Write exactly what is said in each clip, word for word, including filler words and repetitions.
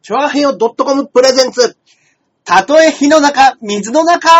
チョアヘヨ .com プレゼンツ。たとえ火の中、水の中。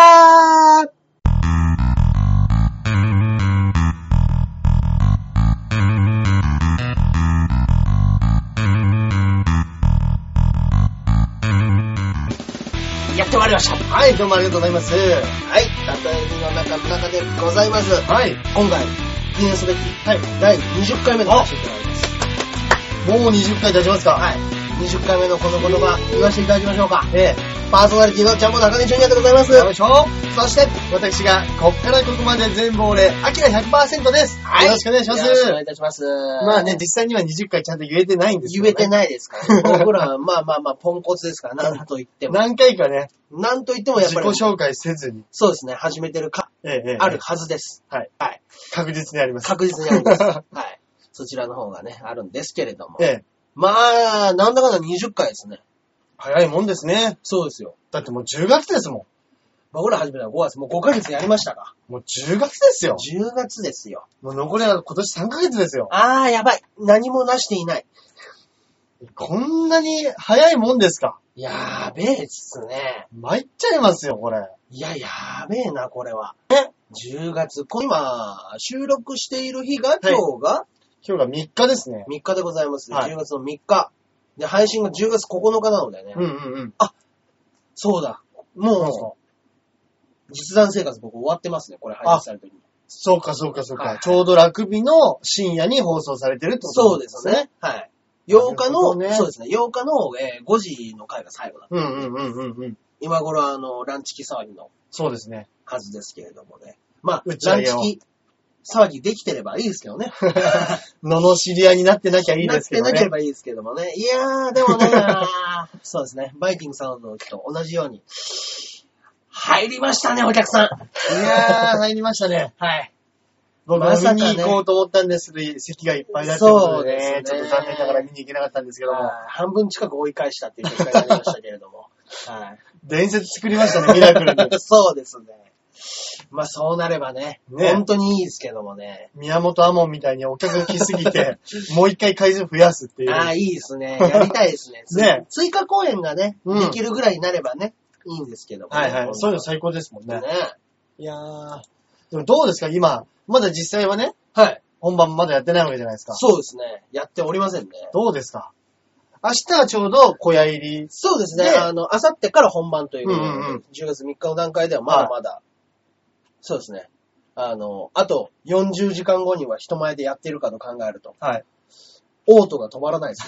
やってまいりました。 はい、どうもありがとうございます。 はい、たとえ火の中の中でございます。 はい。 今回、記念すべき、はい、だいにじゅっかいめの話をいただきます。 もうにじゅっかい経ちますか？ はい。にじゅっかいめのこの言葉、言わせていただきましょうか。 ええ。 パーソナリティのちゃんぽ中根ジュニアでございます。 よいしょ。 そして、 私が、こっからここまで全部俺、アキラ ひゃくパーセント です。 はい。 よろしくお願いします。 よろしくお願いいたします。 まあね、実際にはにじゅっかいちゃんと言えてないんですよね。 言えてないですからね。僕らはまあまあまあ、ポンコツですから、なんと言っても。 何回かね、 なんと言ってもやっぱり。 自己紹介せずに。 そうですね、始めてるか、ええ、あるはずです。 はい。 はい。 確実にあります。 確実にあります。はい。そちらの方がね、あるんですけれども。 ええ。 まあ、なんだかんだにじゅっかいですね。 早いもんですね。 そうですよ。 だってもうじゅうがつですもん。 僕ら始めたのごがつ、もうごかげつやりましたか。 もうじゅうがつですよ。 じゅうがつですよ。 もう残りは今年さんかげつですよ。 あー、やばい。何もなしていない。 こんなに早いもんですか？ やーべえっすね。 参っちゃいますよ、これ。 いや、やーべえな、これは。え ?じゅうがつ、今、収録している日が、今日が、はい、 今日がみっかですね。 みっかでございます。 はい、 じゅうがつのみっか。で、配信がじゅうがつここのかなのでね。 うんうんうん。 あ、そうだ。もう、実弾生活僕終わってますね、これ配信されてるの。 そうかそうかそうか、 はい。 ちょうどラグビの深夜に放送されてるってことですね。 そうですね。はい。ようかの、 ね、 そうですね。ようかの、えー、ごじの回が最後だった。 うんうんうんうんうん。 今頃あの、ランチキ騒ぎの。 そうですね。 はずですけれどもね。まあ、ランチキ騒ぎできてればいいですけどね。 罵り合いになってなきゃいいですけどね。 なってなければいいですけどもね。いやー、でもね、そうですね。バイキングさんの時と同じように。入りましたね、お客さん。 いやー、入りましたね。 はい。 僕は見に行こうと思ったんですけど、席がいっぱいだったので、ね、そうですね。ちょっと残念ながら見に行けなかったんですけども。 半分近く追い返したっていう結果になりましたけれども。はい。 伝説作りましたね、ミラクルに。 そうですね。まあそうなればね、 ね、 本当にいいですけどもね。 宮本亞門みたいにお客来すぎて、もう一回回数増やすっていう。 ああ、いいですね。やりたいですね。 ね。 追加公演がね、うん、できるぐらいになればね、いいんですけども、ね。 はいはい。そういうの最高ですもんね。 ね。 いやー。でもどうですか今、まだ実際はね。 はい。 本番まだやってないわけじゃないですか。 そうですね。やっておりませんね。 どうですか明日はちょうど小屋入り。 そうですね。あの、あさってから本番という、 うんうんうん、 じゅうがつみっかの段階ではまだまだ、はい、そうですね。あの、あとよんじゅうじかんごには人前でやってるかと考えると、 はい。 嘔吐が止まらないです。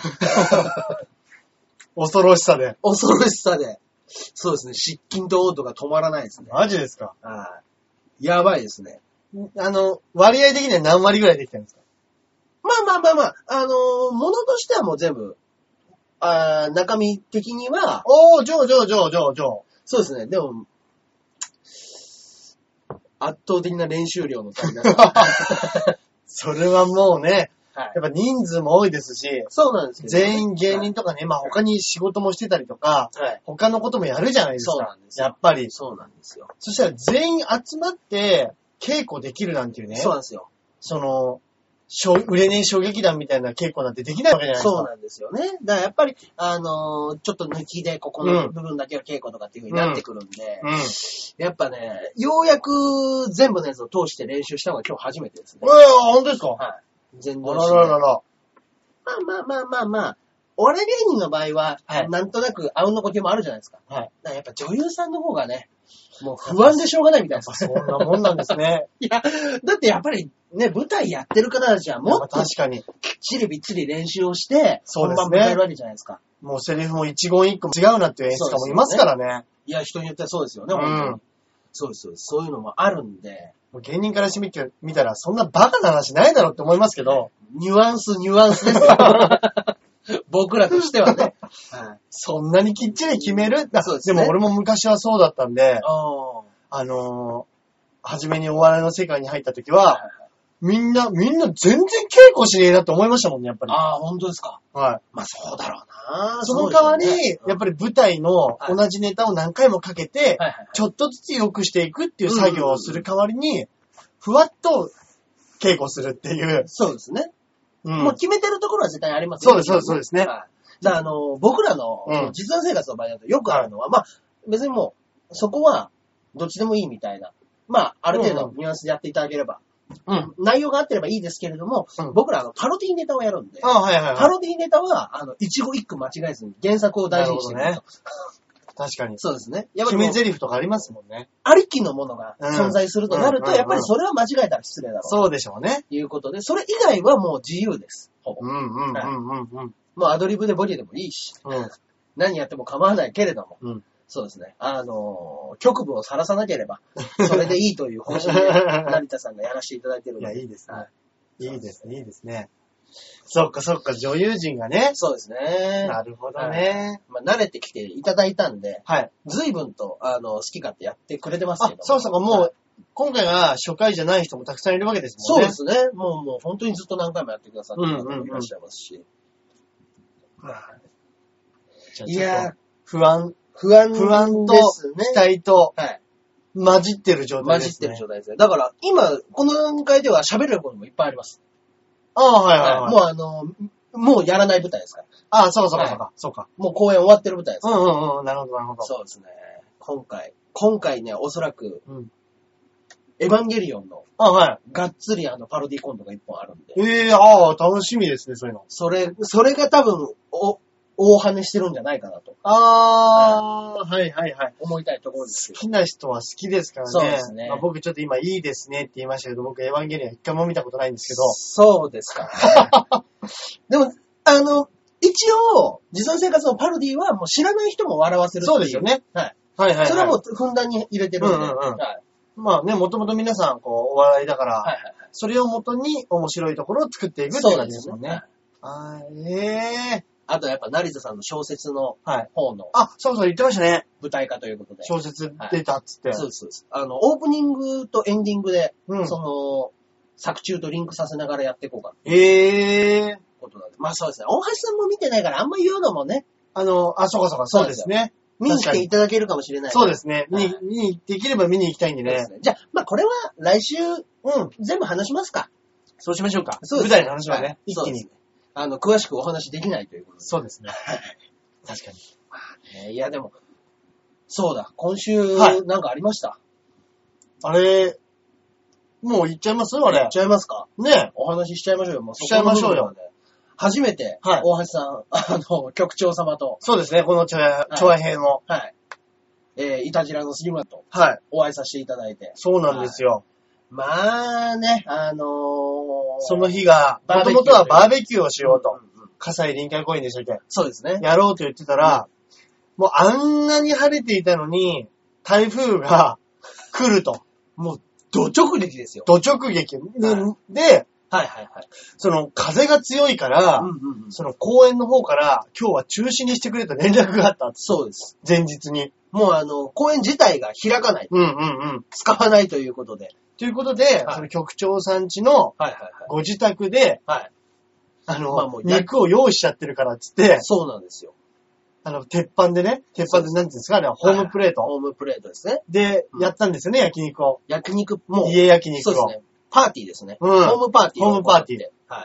恐ろしさで。 恐ろしさで。そうですね。失禁と嘔吐が止まらないですね。 マジですか？ はい。やばいですね。 あの、割合的には何割ぐらいできてるんですか？ まあまあまあまあ、あのー、ものとしてはもう全部、あ中身的には。 おー、上上上上上。 そうですね。でも、圧倒的な練習量の足りなさ。 それはもうね、 はい、 やっぱ人数も多いですし、 そうなんですけど、ね、 全員芸人とかね、はい、まあ他に仕事もしてたりとか、 はい、 他のこともやるじゃないですか。 そうなんですよ。 やっぱり。 そうなんですよ。 そしたら全員集まって稽古できるなんていうね。 そうなんですよ。 その、売れねえ小劇団みたいな稽古なんてできないわけじゃないですか。 そうなんですよね。だからやっぱり、あのー、ちょっと抜きでここの部分だけは稽古とかっていう風になってくるんで、 うんうん、 やっぱね、ようやく全部のやつを通して練習したのが今日初めてですね。 えー、本当ですか？ はい。全然。 あらららら。 まあまあまあまあまあ、お笑い芸人の場合は、はい、なんとなくあうんの呼吸もあるじゃないですか。 はい。 だからやっぱ女優さんの方がね、もう不安でしょうがないみたいな。 そんなもんなんですね。 いや、だってやっぱりね、舞台やってる方たちはもっと確かにきっちりびっちり練習をして、 そうですね、 本番迎えるわけじゃないですか。 もうセリフも一言一句違うなっていう演出家もいますからね。 ねいや、人によってはそうですよね、 うん、 本当に。そうです、そうです。そういうのもあるんで。 もう芸人からしてみたら、そんなバカな話ないだろうって思いますけど。 ニュアンス、ニュアンスですよ。僕らとしてはね。 はい、そんなにきっちり決めるそうですね。 でも俺も昔はそうだったんで、 ああのー、初めにお笑いの世界に入った時は、みんな、みんな全然稽古しねえなって思いましたもんね、やっぱり。 ああ、本当ですか。 はい。 まあそうだろうな。 その代わり、ね、やっぱり舞台の同じネタを何回もかけて、はいはいはい、ちょっとずつ良くしていくっていう作業をする代わりに、ふわっと稽古するっていう。 そうですね。 うん、 もう決めてるところは絶対ありますよね。 そうです、そうです、そうですね。 はいだあの、僕らの実弾生活の場合だとよくあるのは、うん、まあ、別にもう、そこは、どっちでもいいみたいな。まあ、ある程度ニュアンスでやっていただければ。うん。内容が合ってればいいですけれども、うん、僕らあの、パロディネタをやるんで、 あはいはいはい、 パロディネタは、あの、一語一句間違えずに原作を大事にしてると。 確かに。 そうですね。 やっぱり。決め台詞とかありますもんね。 ありきのものが存在するとなると、うん、やっぱりそれは間違えたら失礼だろう。 そうでしょうね。 いうことで、それ以外はもう自由です。ほぼ。 うんうんうんうんうん。 もうアドリブでボケでもいいし、うん、何やっても構わないけれども、うん、そうですね。あのー、局部を晒さなければ、それでいいという方針で、成田さんがやらせていただいてるので。 いや、いいですね。はい、いいですね、いいですね。そっかそっか、女優陣がね。 そうですね。 なるほどね。 まあ、慣れてきていただいたんで、はい。随分と、あの、好き勝手やってくれてますけど。 あ、そうそう、もう、はい、今回が初回じゃない人もたくさんいるわけですもんね。 そうですね。もう、もう本当にずっと何回もやってくださってる方もいらっしゃいますし。うんうんうん、いや、 不安。 不安不安と期待と、はい。混じってる状態ですね。混じってる状態ですね。だから、今、この段階では喋れることもいっぱいあります。 ああ、はいはいはい。はい、 もうあの、もうやらない舞台ですから。 ああ、そうかそうかそうか、はい。そうか。 もう公演終わってる舞台ですから。 うんうんうん。なるほどなるほど。 そうですね。今回、今回ね、おそらく、うん、エヴァンゲリオンの、 あはい。 がっつりあの、パロディコントが一本あるんで。 ええー、ああ、楽しみですね、そういうの。 それ、それが多分、お、大跳ねしてるんじゃないかなと。 ああ、はい、はいはいはい。 思いたいところですけど。 好きな人は好きですからね。 そうですね。 まあ、僕ちょっと今いいですねって言いましたけど、僕エヴァンゲリオン一回も見たことないんですけど。 そうですか、ね。でも、あの、一応、自尊生活のパロディはもう知らない人も笑わせるっていう。 そうですよね。 はい。 はいはい、はい。 それはもうふんだんに入れてるんで。うんうんうん、はい。 まあね、もともと皆さん、こう、お笑いだから、はいはいはい、それをもとに面白いところを作っていくっていう感じですもんね。あー、えー。 あとやっぱ、成田さんの小説の方の、はい、 あ、そうそう言ってましたね。 舞台化ということで。 小説出たっつって。はい、 そうです、そうです。あの、オープニングとエンディングで、うん、その、作中とリンクさせながらやっていこうか。 ええー。 ことなんで。まあそうですね。大橋さんも見てないからあんま言うのもね。 あの、あ、そうかそうか、そうですね。 見に来ていただけるかもしれない。 そうですね。見に、見に、できれば見に行きたいんでね。 ねじゃあ、まあこれは来週、うん、全部話しますか。 そうしましょうか。 そうですね。 舞台の話はね、はい、一気に。 あの、詳しくお話できないということで。 そうですね。確かに。 まあね、いやでも、そうだ、今週、はい、なんかありました、 あれ、もう行っちゃいますあれ。 行っちゃいますかねお話ししちゃいましょうよ。もうしちゃいましょうよ。 初めて、はい、大橋さん、あの、局長様と。 そうですね、このチョア、チョア編の。 はい。えー、イタジラの杉村と。 はい。 お会いさせていただいて。 そうなんですよ。はい、 まあね、あのー、 その日が、もともとはバーベキューをしようと。うんうん、葛西臨海公園でしたっけ？ そうですね。 やろうと言ってたら、うん、もうあんなに晴れていたのに、台風が来ると。 もう、土直撃ですよ。 土直撃。はい、で、 はいはいはい。 その風が強いから、うんうんうん、その公園の方から今日は中止にしてくれと連絡があった。 そうです。 前日に。 もうあの、公園自体が開かない。 うんうんうん。 使わないということで。 ということで、はい、その局長さん家のご自宅で、はいはいはい、あの、まあ、もう肉を用意しちゃってるからっつって、 そうなんですよ。 あの、鉄板でね、鉄板で何て言うんですかね、ホームプレート。 ホームプレートですね。 で、うん、やったんですよね、焼肉を。 焼肉も。 家焼肉を。 そうですね。パーティーですね。 うん。 ホームパーティー。 ホームパーティーで。はい。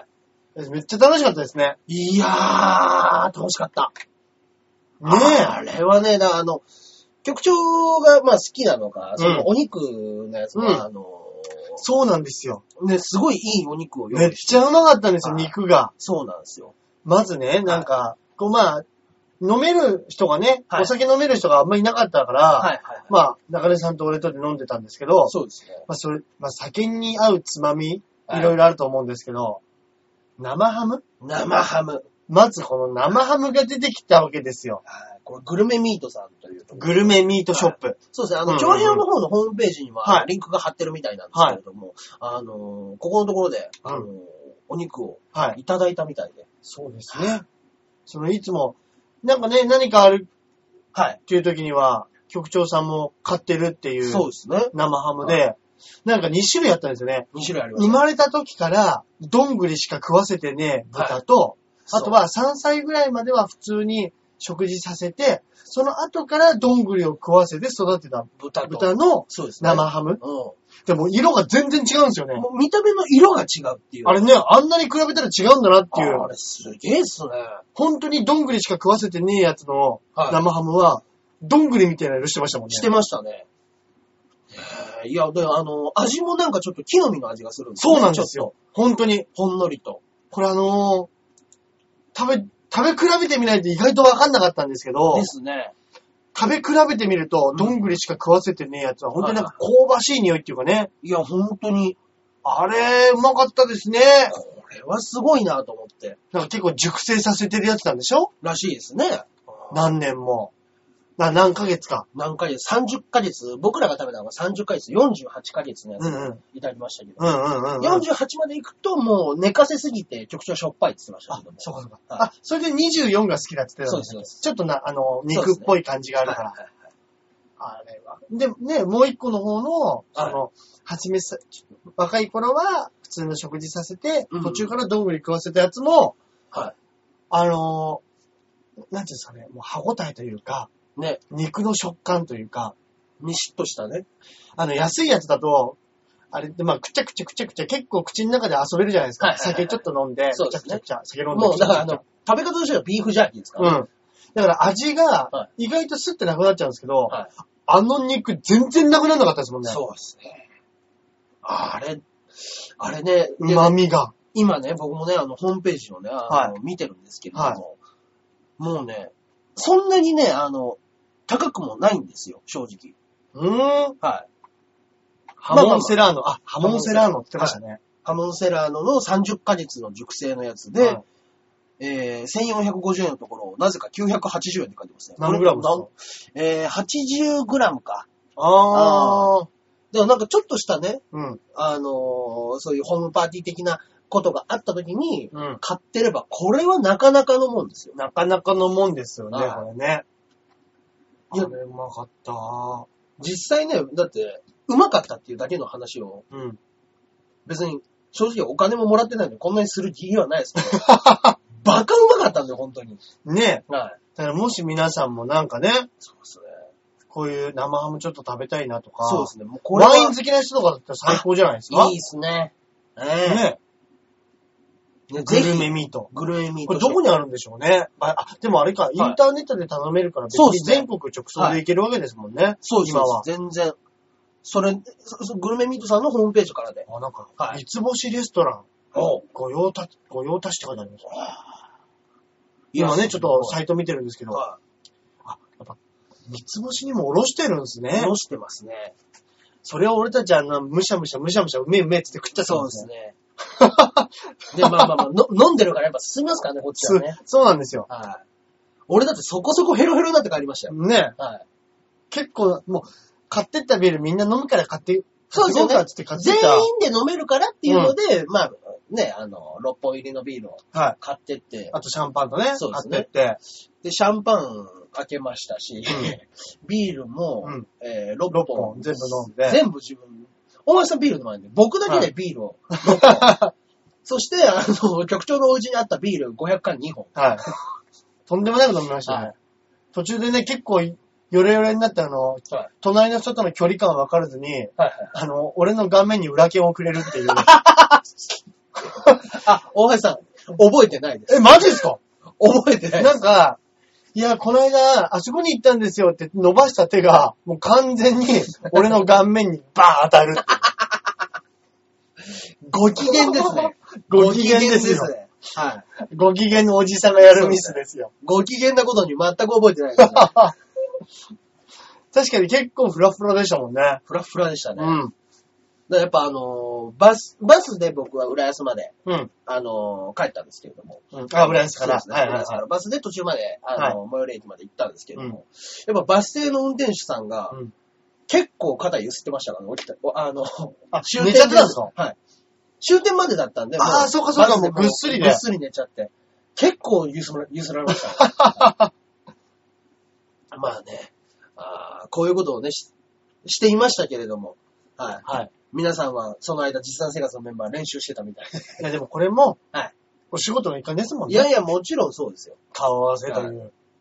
めっちゃ楽しかったですね。 いやー、楽しかった。 ねえ。 あれはね、だあの、局長がまあ好きなのか、そのお肉のやつは、うん、あの、 そうなんですよ。 ね、すごいいいお肉を用意して。 めっちゃうまかったんですよ、肉が。 そうなんですよ。 まずね、なんか、はい、こうまあ、飲める人がね、はい、お酒飲める人があんまりいなかったから、はいはいはい、まあ、中根さんと俺とで飲んでたんですけど、 そうですね。 まあ、それ、まあ、酒に合うつまみ、いろいろあると思うんですけど、生ハム生ハム。 まずこの生ハムが出てきたわけですよ。 はい、これグルメミートさんというところ。 グルメミートショップ。はい、 そうですね。あの、長編の方のホームページには、リンクが貼ってるみたいなんですけれども、はい、あのー、ここのところで、あのー、お肉をいただいたみたいで。はい、 そうですね。そのいつも、なんかね、何かあるっていう時には、局長さんも買ってるっていう。 そうですね。 生ハムで、はい、なんかに種類あったんですよね。 に種類あります。 生まれた時から、どんぐりしか食わせてね、豚と、はい、あとはさんさいぐらいまでは普通に食事させて、その後からどんぐりを食わせて育てた豚豚の生ハム。ね、うん、でも色が全然違うんですよね。 もう見た目の色が違うっていう。 あれね、あんなに比べたら違うんだなっていう。 あれすげえっすね。 本当にどんぐりしか食わせてねえやつの生ハムは、どんぐりみたいな色してましたもんね。 してましたね。いや、で、あの、味もなんかちょっと木の実の味がするんですよね。そうなんですよ。本当に。 ほんのりと。 これあのー、食べ、食べ比べてみないと意外とわかんなかったんですけど。 ですね。 食べ比べてみると、どんぐりしか食わせてねえやつは、本当になんか香ばしい匂いっていうかね。 いや、本当に。 あれ、うまかったですね。 これはすごいなと思って。 なんか結構熟成させてるやつなんでしょ？ らしいですね。 何年も。な、何ヶ月か。 何ヶ月 ?さんじゅっかげつ。僕らが食べたのがさんじゅっかげつ、よんじゅうはちかげつのやついただきましたけど。 うんうんうんうん、 よんじゅうはちまで行くともう寝かせすぎて直腸しょっぱいって言ってましたけども。 あ、そうかそうか。はい、あ、それでにじゅうよんが好きだって言ってたんですよ。ちょっとな、あの、肉っぽい感じがあるから。はいはいはい、あれは。で、ね、もう一個の方の、あの、はちみつ、若い頃は普通の食事させて、うん、途中からどんぐり食わせたやつも、はい。あの、なんていうんですかね、もう歯応えというか、ね、肉の食感というか、 にしっとしたね。 あの、安いやつだと、あれってまあ、くちゃくちゃくちゃくちゃ結構口の中で遊べるじゃないですか。はいはいはいはい、酒ちょっと飲んで、 そうですね。 くちゃくちゃ酒飲んで。 もうだからあの、食べ方としてはビーフジャーキーですから、 ね。うん。だから味が、意外とスッてなくなっちゃうんですけど、はい、あの肉全然なくならなかったですもんね。 そうですね。あれ、あれね、 旨味が。 今ね、僕もね、あの、ホームページをね、あの、はい、見てるんですけれども、はい、もうね、そんなにね、あの、高くもないんですよ、正直。 うーん。 はい。 ハモンセラーノ。あ、ハモンセラーノって言ってましたね。はい、 ハモンセラーノのさんじゅっかげつの熟成のやつで、はい、えー、せんよんひゃくごじゅうえんのところ、なぜかきゅうひゃくはちじゅうえんって書いてますね。 何グラムですか？ えー、はちじゅうグラムか。 あー。 でもなんかちょっとしたね、 うん、 あのー、そういうホームパーティー的なことがあった時に、うん、買ってれば、これはなかなかのもんですよ。 なかなかのもんですよね、これね。いや、あれうまかった。 実際ね、だって、うまかったっていうだけの話を、うん、別に、正直お金ももらってないので、こんなにする気はないですけど、バカうまかったんだよ、本当に。 ねえ。はい。 だからもし皆さんもなんかね、 そうですね。 こういう生ハムちょっと食べたいなとか、 そうですね。もうこれはワイン好きな人とかだったら最高じゃないですか。 いいですね。えー、 ね。ね、グルメミート。 グルメミート。 これどこにあるんでしょうね。あ、でもあれか、インターネットで頼めるから別に全国直送でいけるわけですもんね。はい、 そうです。今は。全然。それ、グルメミートさんのホームページからで。 あ、なんか、はい、三つ星レストラン。御用達、御用達って書いてあります。今ね、ちょっとサイト見てるんですけど。はい、あ、やっぱ、三つ星にもおろしてるんですね。 おろしてますね。 それを俺たちあの、むしゃむしゃむしゃむしゃうめえうめえって食っちゃったんですね。 そうですね。で、まあまあまあ、の飲んでるからやっぱ進みますからね、こっちはね。 そうなんですよ。 はい。俺だってそこそこヘロヘロになって帰りましたよ。 ね。 はい。 結構、もう、買ってったビールみんな飲むから買って、 そうですよね。 買って買って全員で飲めるからっていうので、うん、まあ、ね、あの、ろっぽん入りのビールを買ってって。はい、 あとシャンパンとね、 そうですね。 買ってって。 で、シャンパン開けましたし、うん、ビールも、うん、えー、ろっぽん全部飲んで。 全部自分、大橋さんビール飲まないんで、僕だけでビールをろっぽん。はい、そして、あの、局長のお家にあったビールごひゃくかんにほん。 はい。とんでもなく飲みましたね。はい、途中でね、結構、ヨレヨレになったあの、はい、隣の人との距離感分からずに、はいはい、あの、俺の顔面に裏剣をくれるっていう。 あ、大橋さん、覚えてないです。 え、マジですか？ 覚えてないです。 なんか、いや、この間、あそこに行ったんですよって伸ばした手が、もう完全に俺の顔面にバーン当たる。 ご機嫌ですね。 ご機嫌ですよ。 はい。 ご機嫌のおじさんがやるミスですよ。 ご機嫌なことに全く覚えてないです、ね。 確かに結構フラフラでしたもんね。 フラフラでしたね。 うん。 だやっぱあのー、バス、バスで僕は浦安まで、 うん。 あのー、帰ったんですけれども。 うん。あ、浦安から。 そうですね。はいはいはい、浦安から。バスで途中まで、あのー、はい、最寄り駅まで行ったんですけれども、うん、やっぱバス停の運転手さんが、うん、結構肩揺すってましたからね、起きた。あの、 あ、終点寝ちゃってたんですか？ はい。終点までだったんで、 ああ、そうかそうか、もうぐっすりで。 ぐっすり寝ちゃって。結構揺すら、揺すられました、ね。まあね、あ、こういうことをねし、していましたけれども、はい。はい。皆さんはその間実弾生活のメンバー練習してたみたい。 いやでもこれも、 はい。 お仕事の一環ですもんね。 いやいや、もちろんそうですよ。 顔合わせという。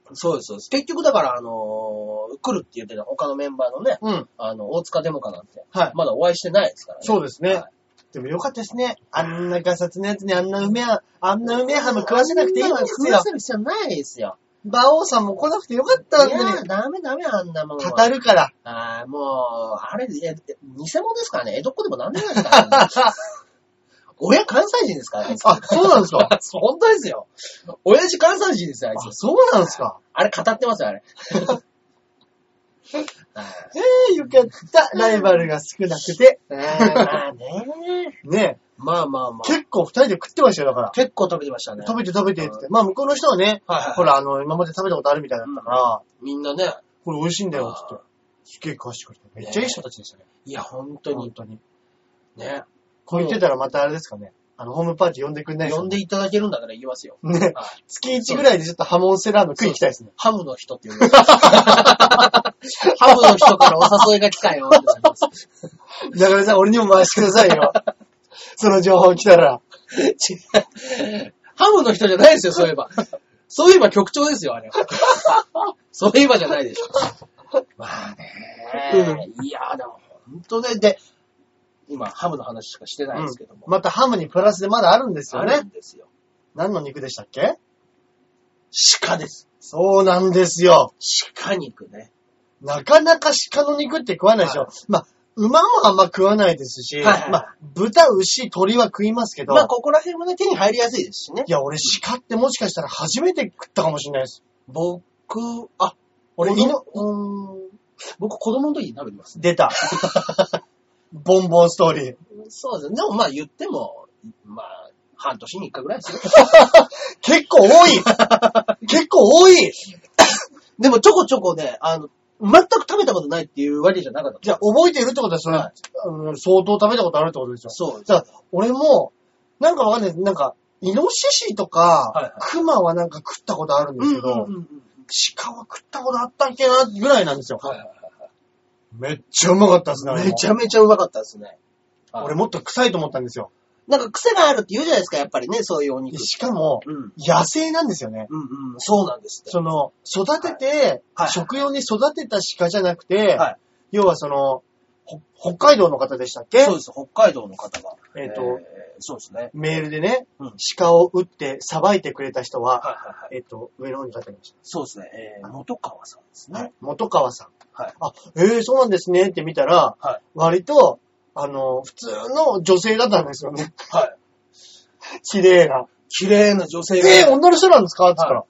そうです、そうです。結局だから、あのー、来るって言ってた他のメンバーのね、 うん。 あの、大塚デモカなんて、 はい。 まだお会いしてないですからね。 そうですね。 はい、 でもよかったですね。あんなガサツのやつにあんな梅は、あんな梅ハム食わせなくていいんですよ。 食わせる必要ないですよ。 馬王さんも来なくてよかったんだいやよ。 ダメダメ、あんなもん。 語るから。 ああ、もう、あれ、え、偽物ですからね。江戸っ子でもなんでもないですからね。親関西人ですから、あいつ。 あ、そうなんですか本当ですよ。親父関西人ですよ、あいつ。 あ、そうなんですか。 あれ語ってますよ、あれ。 ええー、よかった。ライバルが少なくて。 えー、まあね。 ねまあまあまあ。 結構二人で食ってましたよ、だから。 結構食べてましたね。 食べて食べてって言って。まあ向こうの人はね、はいはい、ほら、あの、今まで食べたことあるみたいだったから、 うん、みんなね。 これ美味しいんだよ、つって。すげえ詳しくて。めっちゃいい人たちでしたね。 いや、本当に。 本当に。 ね。 こう言ってたらまたあれですかね。あの、ホームパーティー呼んでくんないですか、ね、 呼んでいただけるんだから行きますよ。 ね。はい、月いちぐらいでちょっとハモンセラーの食い行きたいですね。 ハムの人って言う。ハムの人からお誘いが来たよってなります。 だからさ、俺にも回してくださいよ。その情報来たら。 ハムの人じゃないですよ、そういえば。そういえば局長ですよ、あれ。そういえばじゃないでしょ。まあね、うん。いや、でも本当ね、で、今、ハムの話しかしてないですけども、 うん。またハムにプラスでまだあるんですよね。 あるんですよ。 何の肉でしたっけ？ 鹿です。 そうなんですよ。 鹿肉ね。 なかなか鹿の肉って食わないでしょ。はい、まあ、馬もあんま食わないですし、はいはい、まあ、豚、牛、鳥は食いますけど。 まあ、ここら辺もね、手に入りやすいですしね。 いや、俺、鹿ってもしかしたら初めて食ったかもしれないです。 僕、あ、 俺、 犬、うーん、僕、子供の時に食べてます、 ね。出た。ボンボンストーリー。 そうですね。でもまあ言っても、まあ、半年に一回ぐらいですよ。 結構多い結構多いでもちょこちょこね、あの、全く食べたことないっていうわけじゃなかった。 じゃあ覚えているってことはそれ、はい、あの相当食べたことあるってことですよ。 そう。 じゃあ、俺も、なんかわかんない。なんか、イノシシとか、はいはい、クマはなんか食ったことあるんですけど、うんうんうんうん、鹿は食ったことあったっけなぐらいなんですよ。はいはいはい、めっちゃうまかったですね。 めちゃめちゃうまかったですね。 俺もっと臭いと思ったんですよ。 なんか癖があるって言うじゃないですか、やっぱりね、そういうお肉。 しかも、うん、野生なんですよね。 うんうん、そうなんですって。 その、育てて、はい、食用に育てた鹿じゃなくて、はい、要はその、北海道の方でしたっけ？ そうです、北海道の方が。 えっ、ー、と、 えー、そうですね。 メールでね、うん、鹿を撃ってさばいてくれた人は、はいはいはい、えっ、ー、と、上の方に書いてありました。 そうですね、えー、元川さんですね。はい、 元川さん。 はい。 あ、えー、そうなんですねって見たら、はい、割と、あの、普通の女性だったんですよね。 はい。 綺麗な。 綺麗な女性が。 えー、女の人なんですかって言ったら、はい。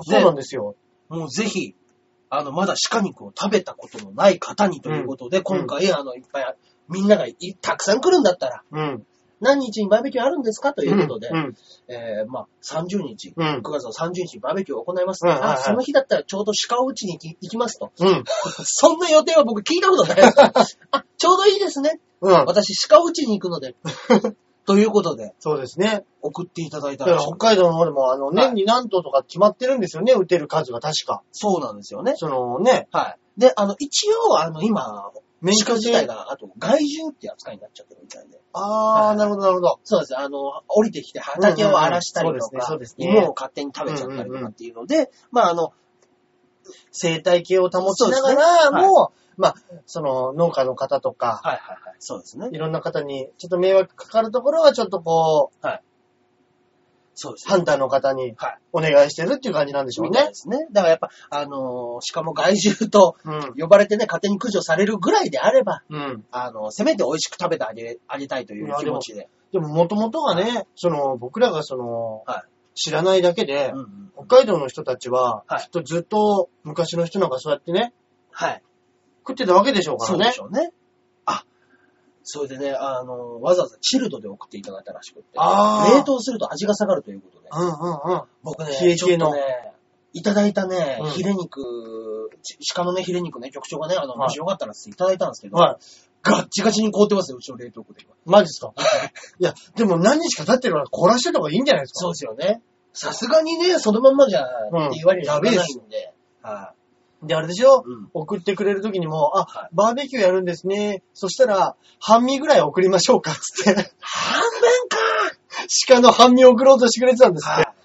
そうなんですよ。 もうぜひ、あの、まだ鹿肉を食べたことのない方にということで、うん、今回、あの、いっぱい、みんながいたくさん来るんだったら、うん、何日にバーベキューあるんですかということで、うんうん、えー、まあ、さんじゅうにち、うん、くがつのさんじゅうにちにバーベキューを行います、うんはいはい。その日だったらちょうど鹿を打ちに行き、行きますと。うん、そんな予定は僕聞いたことないですから。あ、ちょうどいいですね。うん、私鹿を打ちに行くので。ということで。 そうですね。 送っていただいたら。 北海道の方でも、あの、年に何頭とか決まってるんですよね、撃てる数が確か。 そうなんですよね。 そのね。 はい。で、あの、一応、あの、今、鹿自体が、あと、害獣って扱いになっちゃってるみたいで。 あー、はい、なるほど、なるほど。 そうです。あの、降りてきて畑を荒らしたりとか、そうですね、芋を勝手に食べちゃったりとかっていうので、うんうんうん、まあ、あの、 生態系を保ちながらも、ねはい、まあ、その農家の方とか、 はいはいはい、そうですね。 いろんな方にちょっと迷惑かかるところはちょっとこう、はい、 そうですね。 ハンターの方にお願いしてるっていう感じなんでしょうね。みたいですね。だからやっぱ、あのー、しかも害獣と呼ばれてね、うん、勝手に駆除されるぐらいであれば、うん、あの、せめて美味しく食べてあげ、あげたいという気持ちで。 でも、もともとがね、はい、その、僕らがその、はい、知らないだけで、うんうん、北海道の人たちは、はい、きっとずっと昔の人なんかそうやってね、はい。食ってたわけでしょうからね。 そうでしょうね。あ、それでね、あの、わざわざチルドで送っていただいたらしくて、あ冷凍すると味が下がるということで、うんうんうん、僕ね、冷え冷えのちょっとね、いただいたね、うん、ヒレ肉、鹿のね、ヒレ肉ね、局長がね、あの、もしよかったらっていただいたんですけど、はい、ガッチガチに凍ってますよ、うちの冷凍庫で。 マジですかいや、でも何日か経ってるから凍らしてた方がいいんじゃないですか。 そうですよね。さすがにね、そのまんまじゃ、って言われるじゃないんで。はい。 で、あれでしょ、うん、送ってくれるときにも、あ、はい、バーベキューやるんですね。そしたら、半身ぐらい送りましょうか、つって。 半分か鹿の半身送ろうとしてくれてたんですって。はい、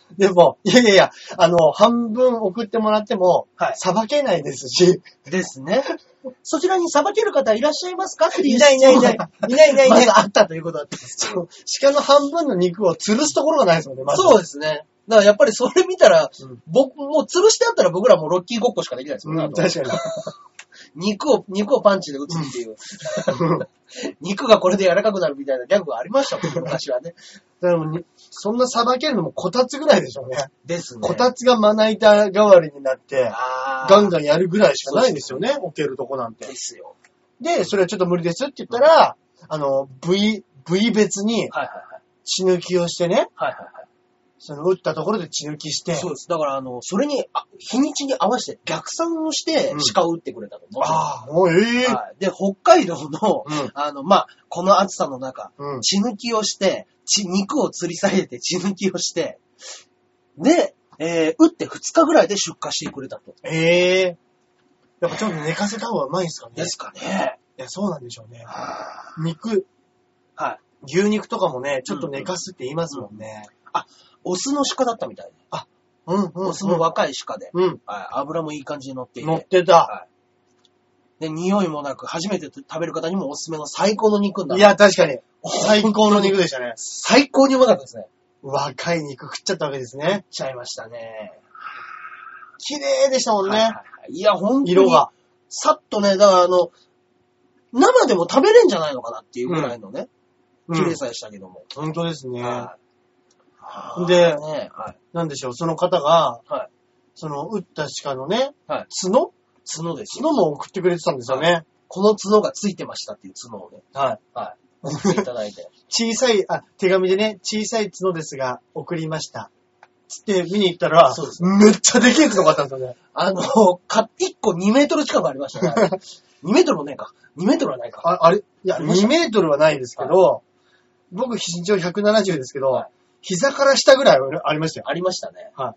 でも、いやいやいや、あの、半分送ってもらっても、 はい。 さばけないですし。 ですね。そちらにさばける方いらっしゃいますかっていういないいないいない。いないいないいない。 まずあったということだったんです。 そう。鹿の半分の肉を吊るすところがないですもんね、まず。 そうですね。だからやっぱりそれ見たら、 うん、 僕、もう吊るしてあったら僕らもうロッキーごっこしかできないですよね。 うん、確かに。 肉を、肉をパンチで打つっていう。肉がこれで柔らかくなるみたいなギャグがありましたもん、昔はね。 だからもうそんなさばけるのもこたつぐらいでしょうね。 ですね。 こたつがまな板代わりになって、ガンガンやるぐらいしかないんですよね、置けるとこなんて。 ですよ。 で、それはちょっと無理ですって言ったら、うん、あの、部位、部位別に、血抜きをしてね、 はいはいはい。 その打ったところで血抜きして。 そうです。だからあの、それに、あ日にちに合わせて逆算をして鹿を打ってくれたと思う。 うん、ああ、もうええーはい。で、北海道の、うん、あの、まあ、この暑さの中、 うん、 血抜きをして、血、肉を吊り下げて血抜きをして、で、えー、打ってふつかぐらいで出荷してくれたと。 ええー。やっぱちょっと寝かせた方がうまいんですかね。 ですかね。 いや、そうなんでしょうね。肉。 はい。 牛肉とかもね、ちょっと寝かすって言いますもんね。 うん、あ、オスの鹿だったみたいで。 あ、うん、うん。 オスの若い鹿で。 うん。 はい。油もいい感じに乗っていて。 乗ってた。はい。で、匂いもなく、初めて食べる方にもおすすめの最高の肉になる。 いや、確かに。最高の肉でしたね。 最高にうまかったですね。 若い肉食っちゃったわけですね。 食っちゃいましたね。 綺麗でしたもんね。はいはいはい、いや、ほんとに。 色が。 さっとね、だからあの、生でも食べれんじゃないのかなっていうぐらいのね、うん、綺麗さでしたけども。 本当ですね。 はい、 で、 ねはい、 なんでしょう、その方が、 はい、 その、撃った鹿のね、 はい、 角角です。 角も送ってくれてたんですよね。はい、 この角がついてましたっていう角をね。 はい。 はい。送っていただいて。 小さい、あ、手紙でね、小さい角ですが、送りました。つって見に行ったら、 そうですめっちゃでけえ角があったんですよね。 あの、か、いっこにメートル近くありましたね。にメートルもねえか。にメートルはないか。 あ、あれいや、にメートルはないですけど、はい、僕身長ひゃくななじゅうですけど、はい、膝から下ぐらいありましたよ。 ありましたね。 はい。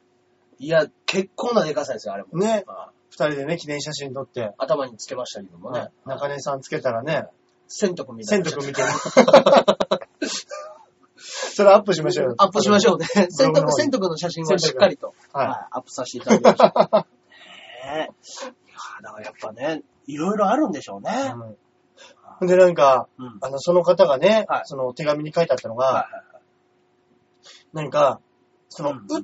いや、結構なでかさですよ、あれも。 ね。二人でね、記念写真撮って。 頭につけましたけどもね。 中根さんつけたらね。 千徳みたいな。 千徳みたいな。それアップしましょうよ。 アップしましょうね。千徳、千徳の写真はしっかりと、はいはい、アップさせていただきました。ねえ。いやだからやっぱね、いろいろあるんでしょうね。 うん、で、なんか、うん、あの、その方がね、はい、その手紙に書いてあったのが、はいはいはい、なんか、その、うん、打って、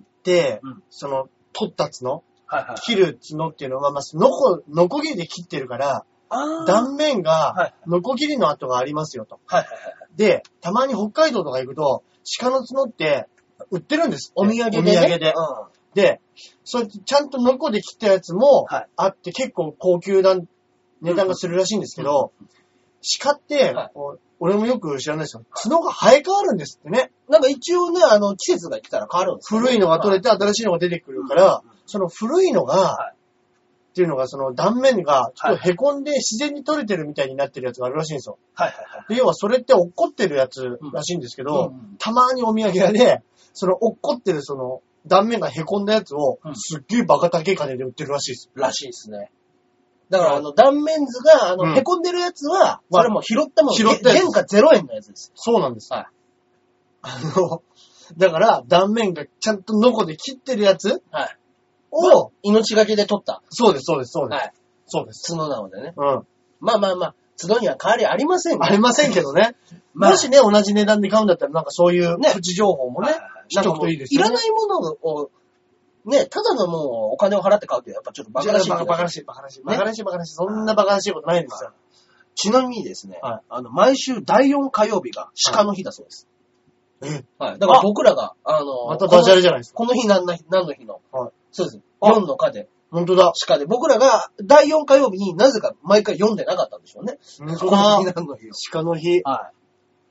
うん、その、取った角、はいはいはい、切る角っていうのは、まあ、のこ、のこぎりで切ってるから、断面が、のこぎりの跡がありますよと。はいはいはい、で、たまに北海道とか行くと、鹿の角って売ってるんですって。 お土産で、ね。 お土産で。うん、で、それちゃんとのこで切ったやつもあって、はい、結構高級な値段がするらしいんですけど、うん、鹿って、はい、俺もよく知らないですよ。角が生え変わるんですってね。 なんか一応ね、あの、季節が来たら変わるんですよ、ね。 古いのが取れて新しいのが出てくるから、うん、その古いのが、はいっていうのが、その断面が、ちょっと凹んで自然に取れてるみたいになってるやつがあるらしいんですよ。はいはいはい。で、要はそれって落っこってるやつらしいんですけど、うんうん、たまにお土産屋で、その落っこってるその断面が凹んだやつを、すっげえバカ高い金で売ってるらしいです。 らしいですね。だから、あの、断面図が、あの、うん、凹んでるやつは、それも拾ったもの、拾ったやつ。原価ゼロえんのやつです。 そうなんです。はい。あの、だから、断面がちゃんとノコで切ってるやつはい。 を、命がけで取った。 そうです、そうです、そうです。はい。そうです。 角なのでね。 うん。 まあまあまあ、角には変わりありませんありませんけどね。まあ、もしね、同じ値段で買うんだったら、なんかそういうプチ情報もね、しとくといいですよね。 いらないものを、ね、ただのもうお金を払って買うってやっぱちょっとバカらしい。 バカらしい、バカらしい。バカらしい、バカらしい。そんなバカらしいことないんですよ。 ちなみにですね、はい、あの、毎週だいよん火曜日が鹿の日だそうです。 えはい。だから僕らが、あの、 またダジャレじゃないですか。 この日何の日、何の日の。はい。そうです。よんの課で。 本当だ。 鹿で。僕らがだいよん火曜日になぜか毎回読んでなかったんでしょうね。 本当だ。 この日何の日。 鹿の日。 はい。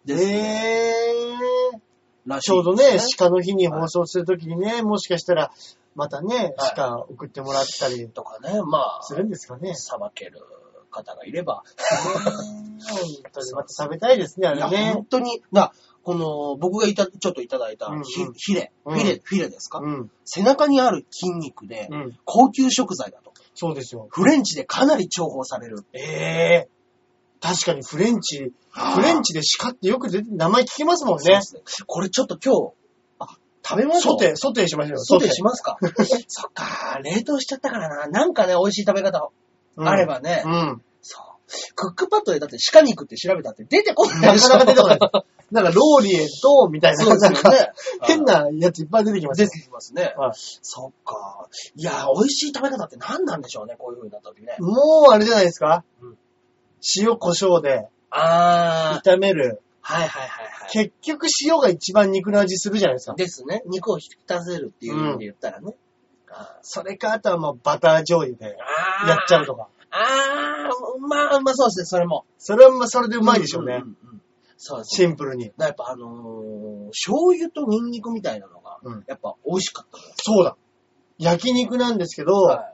ですね。えー。ちょうどね、鹿の日に放送するときにね、もしかしたら、またね、鹿送ってもらったりとかね、まあ。 するんですかね。 さばける方がいれば。 本当にまた食べたいですね、あれね。 いや、本当に。なこの、僕がいた、ちょっといただいた、うんうん、ヒレ、フィレ、フィレですか、うん、背中にある筋肉で、うん、高級食材だと。 そうですよ。 フレンチでかなり重宝される。 ええー。確かにフレンチ、フレンチで鹿ってよく出て名前聞きますもんね。そうですね。 これちょっと今日、あ、 食べましょう。 ソテー、ソテーしましょうよ。 ソテーしますかそっか、冷凍しちゃったからな。なんかね、美味しい食べ方あればね。 うん。うん、 そう。クックパッドでだって鹿肉って調べたって出てこないでしょ。 なかなか出てこない。なんかローリエと、みたいな。 そうですよね。 変なやついっぱい出てきます出てきますね。 はい、 そっか。いや、美味しい食べ方って何なんでしょうね、こういう風になった時ね。 もう、あれじゃないですか、うん、塩胡椒で、 あ炒める。 はいはいはいはい。 結局塩が一番肉の味するじゃないですか。 ですね。肉を引き立てるっていう意味で言ったらね。 うん、あそれか、あとはもうバター醤油でやっちゃうとか。 あー、まあ、まあそうですね、それも。 それはまあそれでうまいでしょうね。うんうんうん、 そうですね。 シンプルに。 やっぱあのー、醤油とニンニクみたいなのが、やっぱ美味しかった、うん。 そうだ。焼肉なんですけど、はい、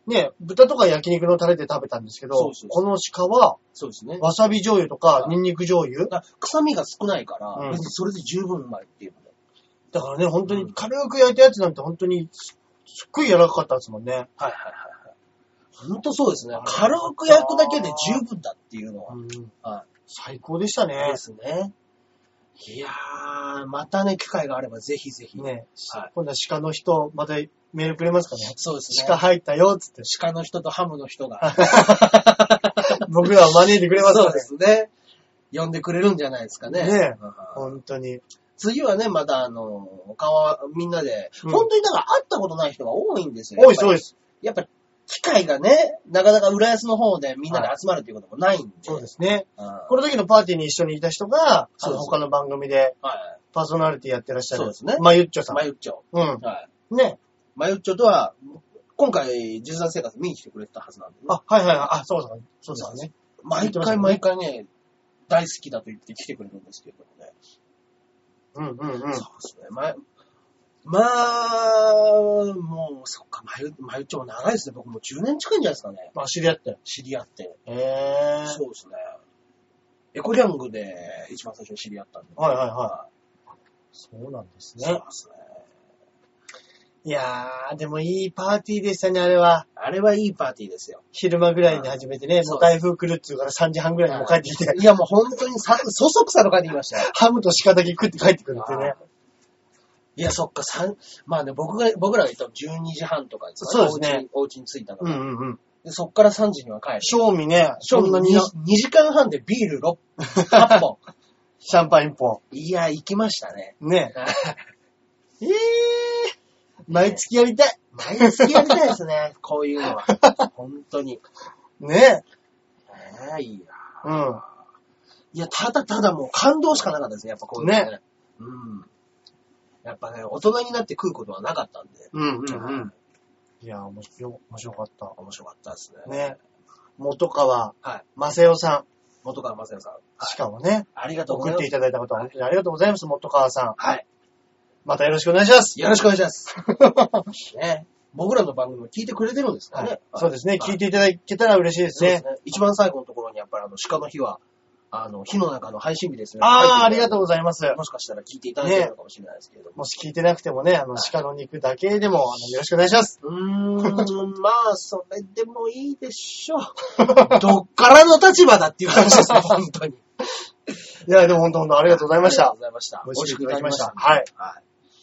ね、豚とか焼肉のタレで食べたんですけど、そうそうそう、この鹿は、そうですね。わさび醤油とか、ニンニク醤油。 臭みが少ないから、うん、別にそれで十分うまいっていうので。 だからね、本当に軽く焼いたやつなんて本当に、すっごい柔らかかったですもんね。はいはいはい。本当そうですね。軽く焼くだけで十分だっていうのは。うんはい、最高でしたね。 ですね。いやー、またね、機会があればぜひぜひ。 ね、はい、今度は鹿の人、またメールくれますかね。 そうですね。 鹿入ったよ、つって。 鹿の人とハムの人が。 僕らを招いてくれますかね。 そうですね。呼んでくれるんじゃないですかね。 ねえ。本当に。 次はね、またあの、顔、みんなで、うん、本当にだから会ったことない人が多いんですよ。 多いです、多いです。 やっぱ機会がね、なかなか浦安の方でみんなで集まるということもないんで。はい、 そうですね。この時のパーティーに一緒にいた人が、あの他の番組で、パーソナリティやってらっしゃる。 そうですね。 まゆっちょさん。 まゆっちょ。 うん。はい。ね。 まゆっちょとは、今回、実際生活見に来てくれてたはずなんで、ね。 あ、はいはいはい。あ、そうそう。そうですね。 毎回毎回ね、大好きだと言って来てくれるんですけれどもね。 うんうんうん。 そうですね。ま、まあ、もう、そっか、まゆ、まゆっちょも長いですね。僕もうじゅうねん近いんじゃないですかね。 まあ、知り合って。 知り合って。 へー。 そうですね。エコリャングで一番最初に知り合ったんで。 はいはいはい。そうなんですね。 そうですね。 いやー、でもいいパーティーでしたね、あれは。 あれはいいパーティーですよ。 昼間ぐらいに始めてね、もう台風来るっつうからさんじはんぐらいにもう帰ってきて。 いやもう本当にさ、そそくさと帰ってきましたよ。 ハムと鹿だけ食って帰ってくるっていうね。 いや、そっか、三、まあね、僕が、僕らがいたのじゅうにじはんとかですかね。そうですね。 お家に着いたのが。 うんうんうん。 で、そっからさんじには帰る。 正味ね、 正味にじかんはんでビールろっ、はっぽん。 シャンパンいっぽん。いや、行きましたね。 ねえ。えー。毎月やりたい。 毎月やりたいですね。こういうのは。本当に。 ねえ。えー、いいな。うん。 いや、ただただもう感動しかなかったですね、やっぱこういうのね。 ね。 うん。やっぱね、大人になって食うことはなかったんで。 うんうんうん。いや、面白、面白かった。 面白かったですね。 ね。元川、はい。正代さん。 元川正代さん。 しかもね。 ありがとうございます。 送っていただいたことは本当にありがとうございます、元川さん。 はい。 またよろしくお願いします。 よろしくお願いします。ね。僕らの番組も聞いてくれてるんですかね。はい、 そうですね。聞いていただけたら嬉しいですね。 そうですね。一番最後のところにやっぱりあの、鹿の日は、あの、火の中の配信日ですね。 ああ、ありがとうございます。 もしかしたら聞いていただけるのかもしれないですけれども。 ね、もし聞いてなくてもね、あの、鹿の肉だけでも、あの、よろしくお願いします。 うーん、まあ、それでもいいでしょう。どっからの立場だっていう話ですね、本当に。 いや、でも本当本当ありがとうございました。 ありがとうございました。 美味しくいただきました。はい。はい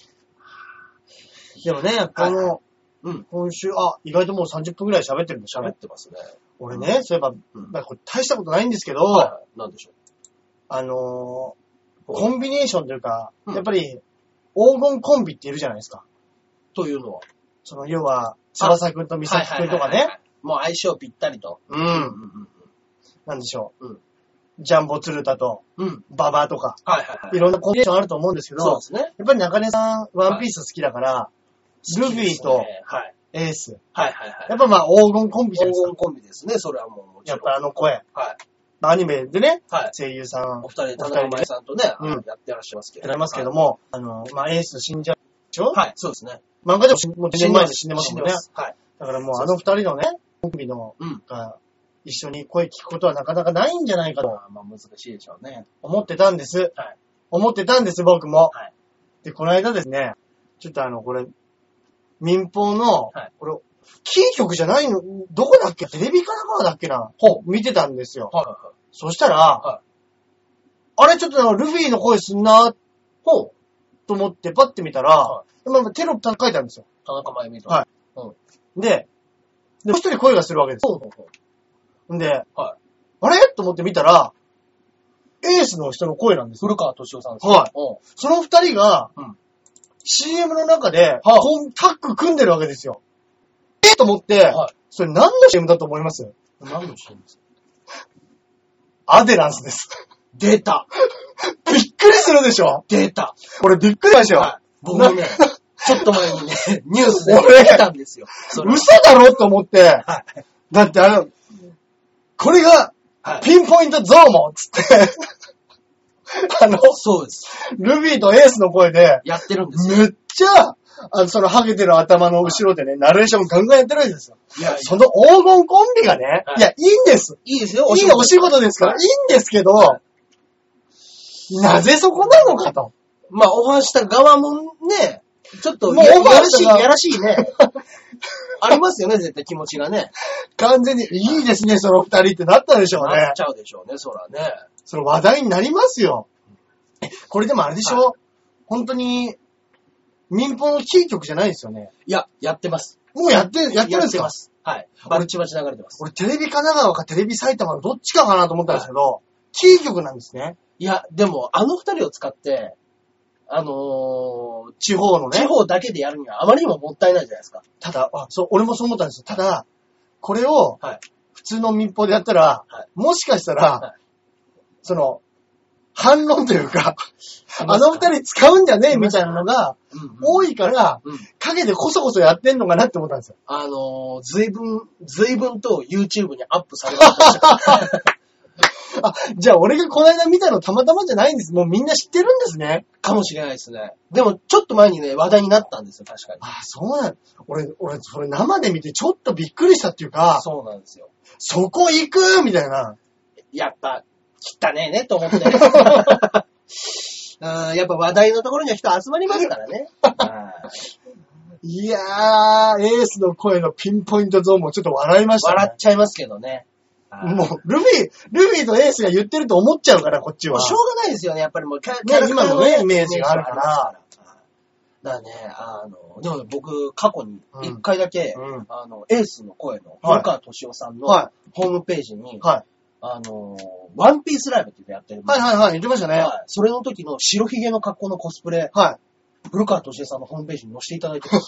、でもね、この、はいうん、今週、あ、意外ともうさんじゅっぷんくらい喋ってるんで喋ってますね。 俺ね、そういえば、うん、これ大したことないんですけど、 はい、なんでしょう。 あのー、コンビネーションというか、うん、やっぱり、黄金コンビっているじゃないですか。 というのはその、要は、翼くんと美咲くんとかね。 もう相性ぴったりと。 うん。うんうんうん、なんでしょう。うん、ジャンボ鶴田と、うん、ババとか、 はいはいはい。 いろんなコンビネーションあると思うんですけど、 そうですね。 やっぱり中根さん、ワンピース好きだから、はい、ルフィと、エース。 はいはいはい。 やっぱまあ黄金コンビじゃないですか。 黄金コンビですね、それはもうもちろん。 やっぱあの声。 はい。 アニメでね、 はい、 声優さん。 お二人、田中舞さんとね、うん、やってらっしゃいますけど。 やりますけども、はい、あの、まあ、エース死んじゃうでしょはい、そうですね。 漫画でももうじゅうねんまえで死んでますもんね。 はい。 だからもうあの二人のね、コンビの、うん、が一緒に声聞くことはなかなかないんじゃないかと。 まあ難しいでしょうね。 思ってたんです。 はい。 思ってたんです、僕も。 はい。 で、この間ですね、ちょっとあの、これ、民放の、はい、これ、キー局じゃないの、どこだっけテレビ神奈川だっけなほう、見てたんですよ。 はいはいはい。 そしたら、はい、あれちょっとルフィの声すんな、 ほう。 と思ってパッて見たら、はい、まあ、テロップ書いてあるんですよ。 田中真由美と。 はい。うん、で、で、もう一人声がするわけですよ。んで、はい、あれと思って見たら、エースの人の声なんですよ。 古川敏夫さんです。 はい。その二人が、うん、シーエム の中で、はあ、タッグ組んでるわけですよ。えー、と思って、はい、それ何の シーエム だと思います何の シーエム ですか？ アデランスです。 出た。 びっくりするでしょ？ 出た。 俺びっくりしましたよ。はい、 僕もね、ちょっと前にね、ニュースで見たんですよ。 嘘だろと思って。はい、だってあの、これが、ピンポイントゾーモンつって、あの、 そうです。 ルビーとエースの声で、 やってるんですよ。 めっちゃ、あの、そのハゲてる頭の後ろでね、ナレーションガンガンやってるんですよ。いやいや、その黄金コンビがね、はい、いや、いいんです。 いいですよ、 お仕事。いいお仕事ですから、はい、いいんですけど、はい、なぜそこなのかと。 まあ、オファーした側もね、ちょっと、もうオファーした側やらしい、やらしいね。ありますよね、絶対気持ちがね。 完全に、いいですね、その二人ってなったでしょうね。 なっちゃうでしょうね、そらね。 その話題になりますよ。これでもあれでしょ、はい、本当に、民放のキー局じゃないですよね。 いや、やってます。 もうやって、やってるんですか？やってます。はい。バチバチ流れてます。 俺、テレビ神奈川かテレビ埼玉のどっちかかなと思ったんですけど、はい、キー局なんですね。 いや、でも、あの二人を使って、あのー、 地方のね。 地方だけでやるにはあまりにももったいないじゃないですか。 ただ、あ、そう、俺もそう思ったんですよ。ただ、これを、普通の民放でやったら、はい、もしかしたら、はい、その、反論というか、あの二人使うんじゃねえみたいなのが、多いから、うんうん、影でこそこそやってんのかなって思ったんですよ。 あのー、随分、随分と YouTube にアップされました。 あ、じゃあ俺がこの間見たのたまたまじゃないんです。もうみんな知ってるんですね。 かもしれないですね。でもちょっと前にね、話題になったんですよ、確かに。 あ、そうなん、俺、俺、それ生で見てちょっとびっくりしたっていうか。 そうなんですよ。 そこ行くみたいな。 やっぱ、汚ねえねと思って。うん、やっぱ話題のところには人集まりますからね。 いやー、エースの声のピンポイントゾーンもちょっと笑いましたね。 笑っちゃいますけどね。 もう、ルビー、ルビーとエースが言ってると思っちゃうから、こっちは。 しょうがないですよね、やっぱりもう、キャラ、ね、今のね、イメージがあるから。だからね、あの、でも僕、過去に一回だけ、うん、あの、エースの声の、古川敏夫さんのホームページに、はい、あの、ワンピースライブって言ってやってるんです。 はいはいはい、言ってましたね。はい。 それの時の白ひげの格好のコスプレ、はい。古川敏夫さんのホームページに載せていただいてます。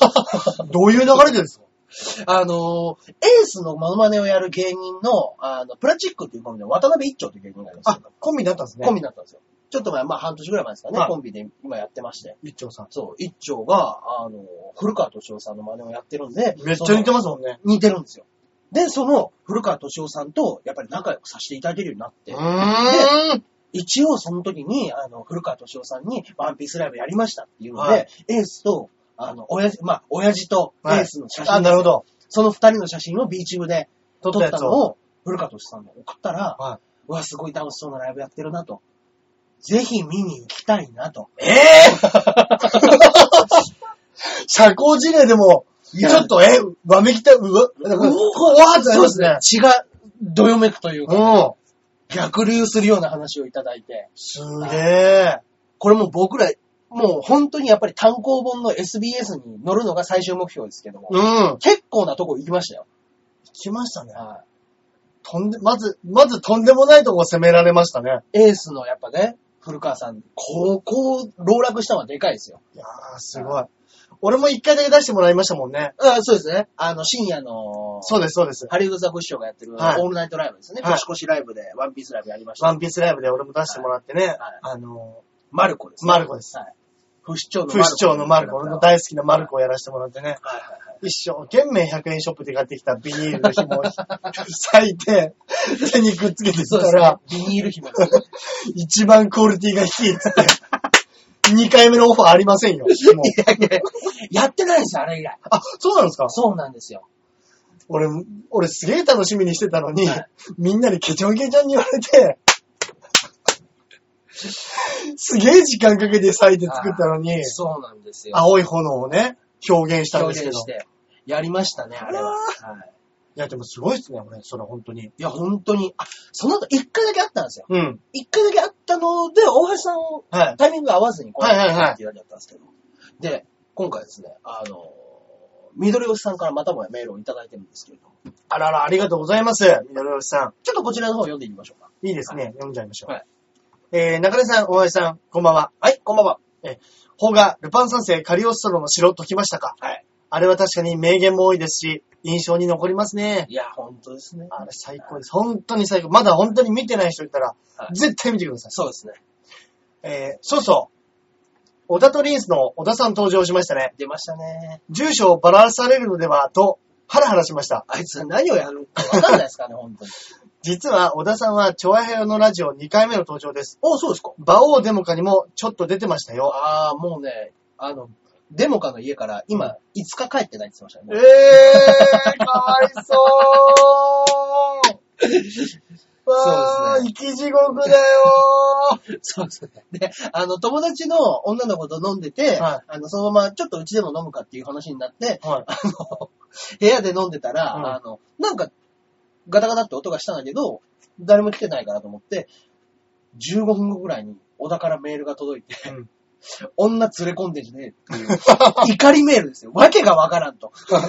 どういう流れでですか？ あの、エースのモノマネをやる芸人の、あの、プラチックっていうコンビで渡辺一丁っていう芸人がいるんですよ。 あ、コンビだったんですね。 コンビだったんですよ。ちょっと前、まあ半年ぐらい前ですかね、はい、コンビで今やってまして。 一丁さん。 そう、一丁が、あの、古川敏夫さんの真似をやってるんで。 めっちゃ似てますもんね。 似てるんですよ。で、その、古川敏夫さんと、やっぱり仲良くさせていただけるようになって。 うーん。 で、一応その時に、あの、古川敏夫さんに、ワンピースライブやりましたっていうので、はい、エースと、あの、親父、まあ、親父とエースの写真、はい、 あ、なるほど。 その二人の写真をビーチ部で撮ったのを、古川敏夫さんに送ったら、はい、うわ、すごい楽しそうなライブやってるなと。ぜひ見に行きたいなと。 えぇ、ー、社交辞令でも、ちょっと、え、わめきた、うわ、うわ、うわーってなりますね。 血がどよめくというか、ね、逆流するような話をいただいて。 すげえ。 これも僕ら、もう本当にやっぱり単行本の エスビーエス に載るのが最終目標ですけども、うん、結構なとこ行きましたよ。 行きましたね。はい、とんで、まず、まずとんでもないとこ攻められましたね。 エースのやっぱね、古川さん、ここ、籠絡したのはでかいですよ。 いやー、すごい。俺も一回だけ出してもらいましたもんね。 ああ、そうですね。あの、深夜の、 そうです、そうです。 ハリウッドザコシショウがやってる、はい、オールナイトライブですね。はい、年越しライブで、ワンピースライブやりました。 ワンピースライブで俺も出してもらってね。はい、あの、 マルコです、 ね。マルコです。はい。 不死鳥のマルコ。不死鳥のマルコ。俺の大好きなマルコをやらせてもらってね。はいはいはい、一生懸命ひゃくえんショップで買ってきたビニールの紐を裂いて、手にくっつけてきたら、 ね、ビニール紐ですね。一番クオリティが低いっつって。にかいめのオファーありませんよ。もういやいややってないんですよ、あれ以来。 あ、そうなんですか？ そうなんですよ。 俺、俺すげえ楽しみにしてたのに、はい、みんなにケチョンケチョンに言われて、すげえ時間かけて割いて作ったのに、 そうなんですよ。 青い炎をね、表現したんですけど。 表現して。やりましたね、あれは。はい、 いや、でもすごいっすね、俺、それ本当に。 いや、本当に。あ、その後一回だけあったんですよ。 うん。 一回だけあったので、大橋さん、 はい、 タイミング合わずに来ないって言われちゃったんですけど。で、今回ですね、あの、緑吉さんからまたもやメールをいただいてるんですけれども。 あらら、ありがとうございます。緑吉さん。 ちょっとこちらの方読んでみましょうか。 いいですね。はい、読んじゃいましょう。 はい。 えー、中根さん、大橋さん、こんばんは。 はい、こんばんは。 え、邦画、ルパン三世カリオストロの城解きましたか？はい。あれは確かに名言も多いですし、印象に残りますね。 いや、ほんとですね。 あれ最高です。本当に最高。まだ本当に見てない人いたら、はい、絶対見てください。 そうですね。 えー、そうそう。小田とリンスの小田さん登場しましたね。 出ましたね。 住所をばらされるのではと、ハラハラしました。 あいつ何をやるかわかんないですかね、本当に。 実は、小田さんは、チョアヘヨのラジオにかいめの登場です。 お、そうですか。 馬王デモカにもちょっと出てましたよ。 ああ、もうね、あの、デモカの家から今、いつか帰ってないって言ってましたね。 ええー、かわいそうそうですね。生き地獄だよー。 そうですね。で、あの、友達の女の子と飲んでて、はい、あの、そのままちょっとうちでも飲むかっていう話になって、はい、あの、部屋で飲んでたら、うん、あの、なんか、ガタガタって音がしたんだけど、誰も来てないからと思って、じゅうごふんごぐらいに小田からメールが届いて、うん、女連れ込んでんじゃねえっていう、怒りメールですよ。わけがわからんと。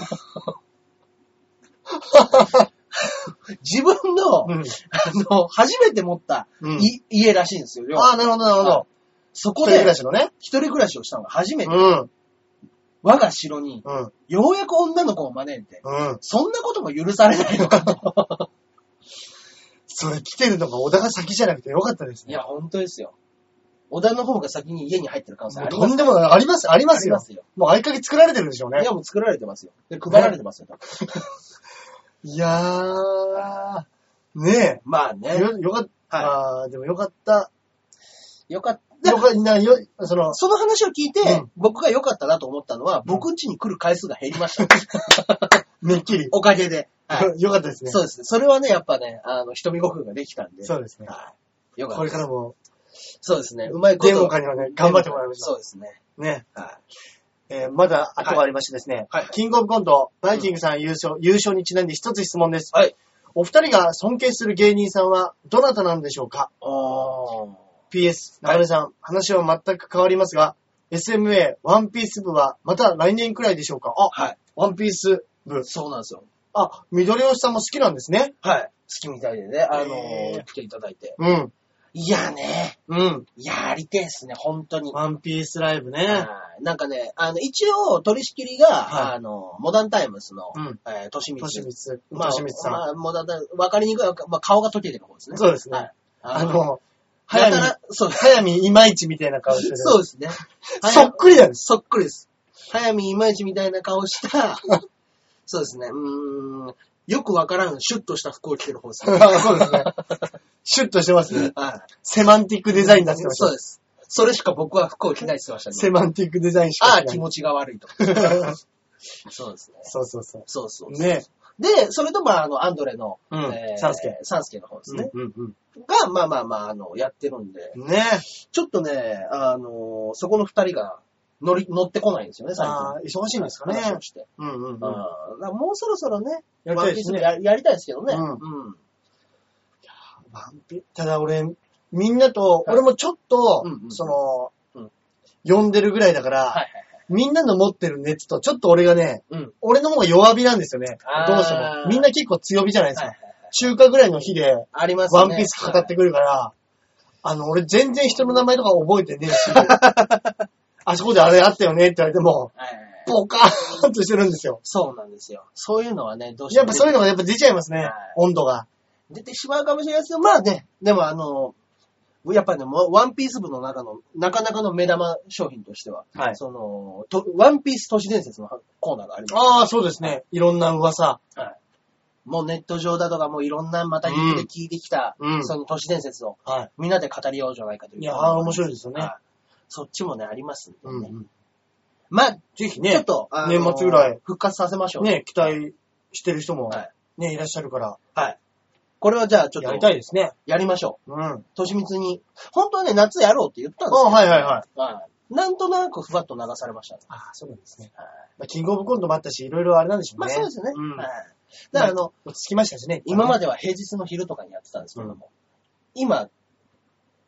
自分の、うん、あの、初めて持った、うん、家らしいんですよ。 ああ、なるほど、なるほど。 そこで、 一人暮らしのね。 一人暮らしをしたのが初めて。うん、我が城に、うん、ようやく女の子を招いて、うん、そんなことも許されないのかと。 それ来てるのが小田が先じゃなくてよかったですね。 いや、本当ですよ。小田の方が先に家に入ってる可能性あります。 とんでもない。あります、ありますよ。ありますよ。もう合鍵作られてるんでしょうね。 いや、もう作られてますよ。で、配られてますよ。ね、 いやー、ねえ。 まあね。 よ、よかった。はい、ああ、でもよかった。 よかった。 よかった。よ、その、 その話を聞いて、うん、僕が良かったなと思ったのは、僕ん家に来る回数が減りました。 めっきり。 おかげで。 はい、よかったですね。 そうですね。それはね、やっぱね、あの、瞳悟空ができたんで。 そうですね。 はい。よかった。 これからも、 そうですね。うまいこと。 デモカにはね、頑張ってもらいましょう。 そうですね。 ね。はい。えー、まだ後がありましてですね。はい。キングオブコント、バイキングさん優勝、うん、優勝にちなんで一つ質問です。はい。お二人が尊敬する芸人さんはどなたなんでしょうか？あー。ピーエス、中根さん、はい、話は全く変わりますが、エスエムエー、ワンピース部はまた来年くらいでしょうか？あ、はい。ワンピース部。 そうなんですよ。 あ、緑吉さんも好きなんですね。 はい。好きみたいでね、あのー、来ていただいて。うん。いやね。うん。やりてえっすね、本当に。 ワンピースライブね。 なんかね、あの、一応、取り仕切りが、はい、あの、モダンタイムスの、うん、えー、としみつ。 としみつ。 まあ、 としみつさん。 まあ、モダンタイムス、わかりにくい、まあ、顔が溶けてる方ですね。 そうですね。はい、あの、早見、 そう、 早見いまいちみたいな顔してる。 そうですね。 そっくりなんです。 そっくりです。早見いまいちみたいな顔した、そうですね。うーん。よくわからん、シュッとした服を着てる方ですね。 そうですね。シュッとしてますね。はい。セマンティックデザインになってました。 そうです。それしか僕は服を着ないって言ってましたね。 セマンティックデザインしか着ない。 ああ、気持ちが悪いと。そうですね。 そうそうそう。 そうそう。 ね。 で、それとまあ、あの、アンドレの、 うんえー、サンスケ。 サンスケの方ですね。 うんうんうん、 が、まあまあまあ、あの、やってるんで。 ね。 ちょっとね、あの、そこの二人が、乗り、乗ってこないんですよね、最近。 ああ、忙しいんですかね。 話をして。 うんうんうん。 あもうそろそろね、 やりたいですね。 や, やりたいですけどね。うん。うん、 いやワンピただ俺、みんなと、俺もちょっと、うんうん、その、うん、呼んでるぐらいだから、はいはいはい、みんなの持ってる熱と、ちょっと俺がね、うん、俺の方が弱火なんですよね。どうしても。みんな結構強火じゃないですか。はいはいはい、中華ぐらいの火で、 ありますね。 ワンピース語ってくるから、はい、あの、俺全然人の名前とか覚えてねえし、あそこであれあったよねって言われても、ポカーンとしてるんですよ。 そうなんですよ。そういうのはね、どうしても。 やっぱそういうのがやっぱ出ちゃいますね。はい、温度が。 出てしまうかもしれないですけど、まあね、でもあの、やっぱりね、ワンピース部の中の、なかなかの目玉商品としては、はい、その、とワンピース都市伝説のコーナーがあります。 ああ、そうですね。いろんな噂。 はい。もうネット上だとかもういろんなまた言って聞いてきた、うん、その都市伝説を、はい、みんなで語り合おうじゃないかという。 いやー、面白いですよね。はい、 そっちもね、ありますんでね。うんうん、 まあ、ぜひね、 ちょっと、 あのー、年末ぐらい、 復活させましょう。 ね、期待してる人も、はい、ね、いらっしゃるから。 はい。これはじゃあちょっと、 やりたいですね。 やりましょう。うん。としみつに、本当はね、夏やろうって言ったんですけど、 あはいはいはい。 はい。なんとなくふわっと流されました、ね。 ああ、そうなんですね。はい。まあ、キングオブコントもあったし、いろいろあれなんでしょうね。 まあそうですね。うん。はい。 だからあの、落ち着きましたしね。 今までは平日の昼とかにやってたんですけども、うん、今、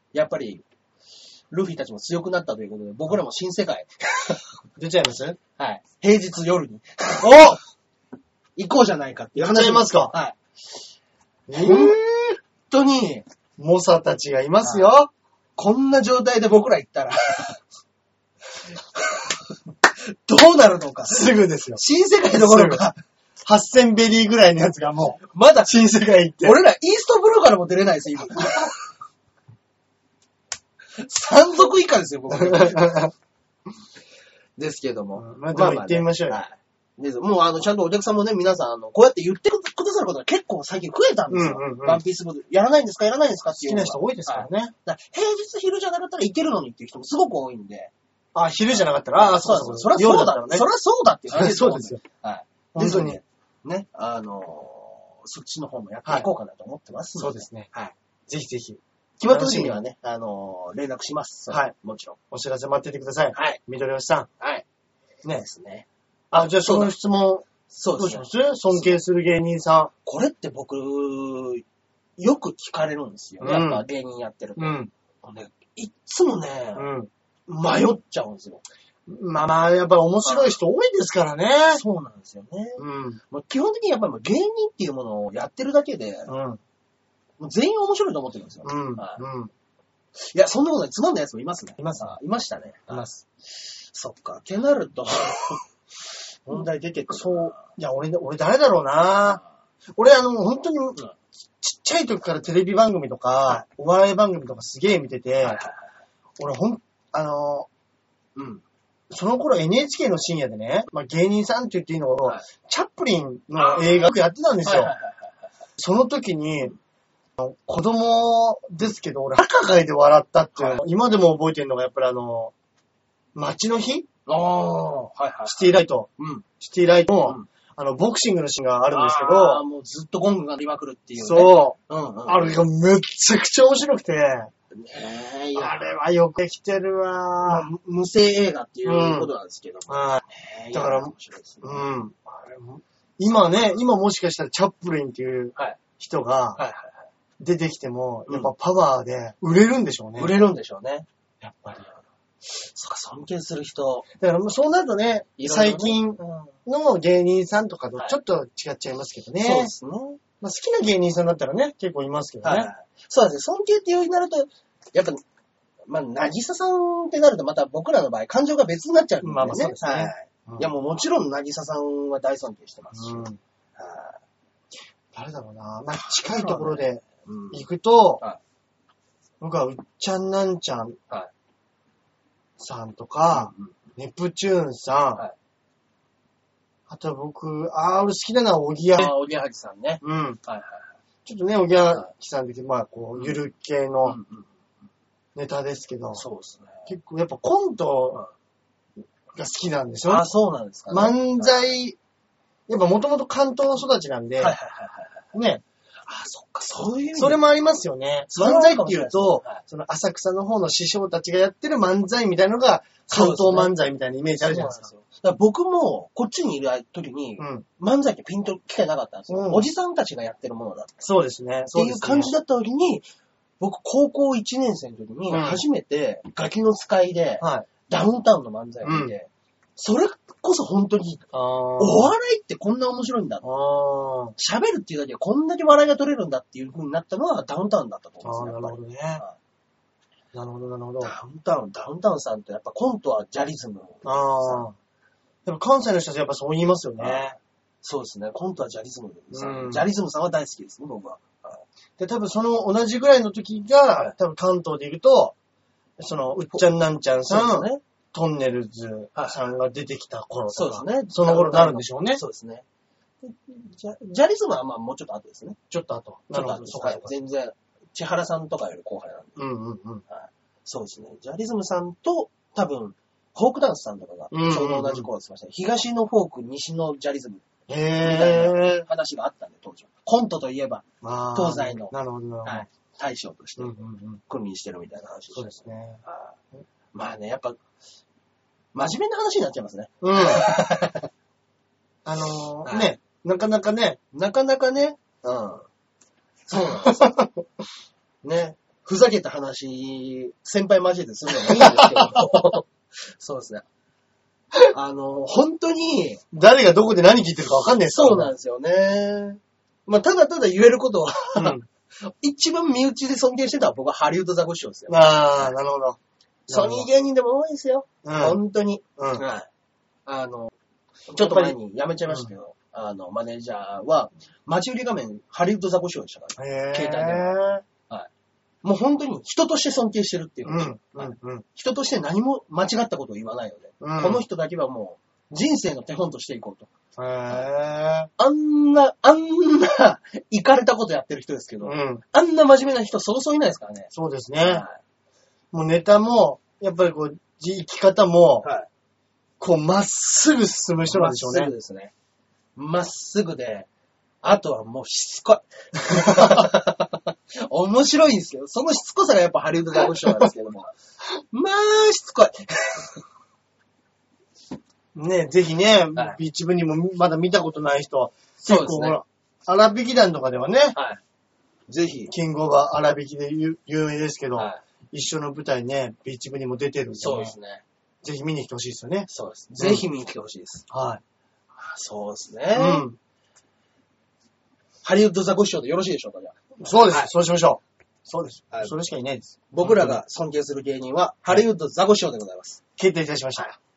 やっぱり、ルフィたちも強くなったということで、僕らも新世界。 出ちゃいますはい。平日夜に。 お行こうじゃないかっていう話。 やっちゃいますかはい。 えー、 本当に、 猛者たちがいますよ。 こんな状態で僕ら行ったら、どうなるのか。 すぐですよ。 新世界どころか。 はっせんベリーぐらいのやつがもう、 まだ新世界行って。 俺らイーストブルーからも出れないですよ、今。山賊以下ですよ、僕。ですけども。 まあ、でも行ってみましょうよ。 まあまあね、はい。でもうあの、ちゃんとお客さんもね、皆さん、あの、こうやって言ってくださることが結構最近増えたんですよ。うんうんうん、ワンピース部やらないんですかやらないんですかっていう。 好きな人多いですからね。はい、 だから平日昼じゃなかったらいけるのにっていう人もすごく多いんで。 あ、昼じゃなかったら、ああ、そうそう。 そりゃそうだ、ね。そりゃそうだっていう話ですよ。そうですよ。 はい。本当に。ね、あのー、そっちの方もやっていこうかなと思ってますので、 はい、そうですね。はい。ぜひぜひ。 決まった時にはね、あのー、連絡します。 はい。 もちろん。 お知らせ待っててください。 はい。 緑吉さん。 はい。 ね。 ですね。 あ、じゃあその質問、 そうですね。 どうします？尊敬する芸人さん。 これって僕、よく聞かれるんですよね。うん、やっぱ芸人やってると。うん。ね、いっつもね、うん、迷っちゃうんですよ。 まあまあ、やっぱり面白い人多いですからね。 そうなんですよね。うん。まあ、基本的にやっぱり芸人っていうものをやってるだけで、うん、もう全員面白いと思ってるんですよ。うん。はい、うん、いや、そんなことない。つまんない奴もいますね。 います。 いましたね。 います。 そっか。ってなると、問題出てくる。 そう。いや、俺、俺誰だろうな。俺、あの、本当に、うん、ちっちゃい時からテレビ番組とか、はい、お笑い番組とかすげえ見てて、はいはいはい、俺ほん、あの、うん。その頃 エヌエイチケー の深夜でね、まあ、芸人さんって言っていいのを、はい、チャップリンの映画やってたんですよ。はいはいはいはい、その時に、子供ですけど、俺、赤貝で笑ったっていう、はい、今でも覚えてるのが、やっぱりあの、街の日ああ、はいはい。 シティライト。うん。シティライトの、うん、あの、ボクシングのシーンがあるんですけど、 ああ、もうずっとゴングが出まくるっていう、ね。 そう。うんうん、あれがめっちゃくちゃ面白くて、 ねえ、いやあれはよくできてるわ、 まあ。無声映画っていうことなんですけども。 はい、うん。だから、面白いですね、うん。あれも今ね、今もしかしたらチャップリンっていう人が出てきても、やっぱパワーで売れるんでしょうね。 売れるんでしょうね。 やっぱり。 そうか、尊敬する人。 だからもうそうなるとね、ね最近の芸人さんとかとちょっと違っちゃいますけどね。はい、 そうですね。 まあ、好きな芸人さんだったらね、結構いますけどね。はい、 そうですね。尊敬っていうようになると、やっぱ、まあ、なぎささんってなるとまた僕らの場合、感情が別になっちゃうんでね。 まあまあそうですね。はいうん、いやもうもちろんなぎささんは大尊敬してますし。うん、は誰だろうな。まあ、近いところで行くと、はい、僕はうっちゃんなんちゃんさんとか、うんうん、ネプチューンさん、はい、あとは僕、あー、俺好きなのはおぎや。 あー、おぎやはぎさんね。 うん。はいはいはい。ちょっとね、おぎやはぎさんって、まあ、こう、ゆる系のネタですけど、うん、 そうですね。 結構やっぱコントが好きなんでしょ。 あ、そうなんですかね。 漫才、やっぱもともと関東育ちなんで、はいはいはいはい。ね。 あ、そっか、そういう。 それもありますよね。漫才っていうと、はい、その浅草の方の師匠たちがやってる漫才みたいなのが、関東漫才みたいなイメージあるじゃないですか。 だから僕も、こっちにいる時に、うん、漫才ってピンと機会なかったんですよ、うん。おじさんたちがやってるものだった。 そうですね。 っていう感じだった時に、僕、高校いちねん生の時に、初めて、ガキの使いで、うん、ダウンタウンの漫才を見て、うん、それこそ本当に、お笑いってこんな面白いんだ。喋るっていうだけでこんだけ笑いが取れるんだっていう風になったのはダウンタウンだったと思うんですよ。 なるほどね。なるほど、なるほど。 ダウンタウン、ダウンタウンさんってやっぱコントはジャリズム。 ああ。でも関西の人たちやっぱそう言いますよね。 そうですね。コントはジャリズムさん、うん。ジャリズムさんは大好きですね、僕は。 で、多分その同じぐらいの時が、はい、多分関東でいると、その、うっちゃんなんちゃんさん、ね、トンネルズさんが出てきた頃とか、そうですね。その頃になるんでしょうね。 そうですね。ジャ, ジャリズムはまあもうちょっと後ですね。 ちょっと後。 ちょっと後です。はい。全然、千原さんとかより後輩なんで。 うんうんうん。 はい。そうですね。ジャリズムさんと、多分、フォークダンスさんとかが、ちょうど同じ頃ですました、ね。東のフォーク、西のジャリズム。みたいな話があったんで、当時は。コントといえば、東西の、 なるほどなるほど、はい、 大将として、君臨してるみたいな話でした。 そうですね。 まあね、やっぱ、真面目な話になっちゃいますね。 うん。あのー、ね、なかなかね。 なかなかね。うん。そうなんですよ。ね。 ふざけた話、先輩交えてするのもいいんですけど、そうですね。あの、本当に、 誰がどこで何聞いてるかわかんないですそうなんですよね。まあ、ただただ言えることは、 うん、 一番身内で尊敬してたのは僕はハリウッドザコシショウですよ。 ああ、なるほど。 ソニー芸人でも多いですよ。 うん、 本当に。 うん。 はい。あの、ちょっと前に辞めちゃいましたけど、うん、あの、マネージャーは、待ち売り画面、ハリウッドザコシショウでしたから、ね。 へー。 携帯でも。はい。もう本当に人として尊敬してるっていう、 うんうんうん。 人として何も間違ったことを言わないので、うん、この人だけはもう、人生の手本としていこうと。 へー。 あんな、あんな、イカれたことやってる人ですけど、うん、あんな真面目な人そうそういないですからね。 そうですね。はい、もうネタも、やっぱりこう、生き方も、はい、こう、まっすぐ進む人なんでしょうね。 まっすぐですね。まっすぐで、あとはもうしつこい。面白いんですよ。そのしつこさがやっぱハリウッドザコシショウなんですけども。まあ、しつこい。 ね、ぜひね、はい、ビーチ部にもまだ見たことない人、結構ほら、荒引き団とかではね、はい、ぜひ、キングオブ荒引きで有名ですけど、はい、一緒の舞台ね、ビーチ部にも出てるんで、ね、 そうですね。 ぜひ見に来てほしいですよね。 そうです。ぜひ見に来てほしいです。 はい。 そうですね。うん。ハリウッドザコシショウでよろしいでしょうか、じゃあ。 そうです、はい。そうしましょう。そうです。はい、それしかいないです。 僕らが尊敬する芸人は、ハリウッドザコシショウでございます。 決定いたしました。 はい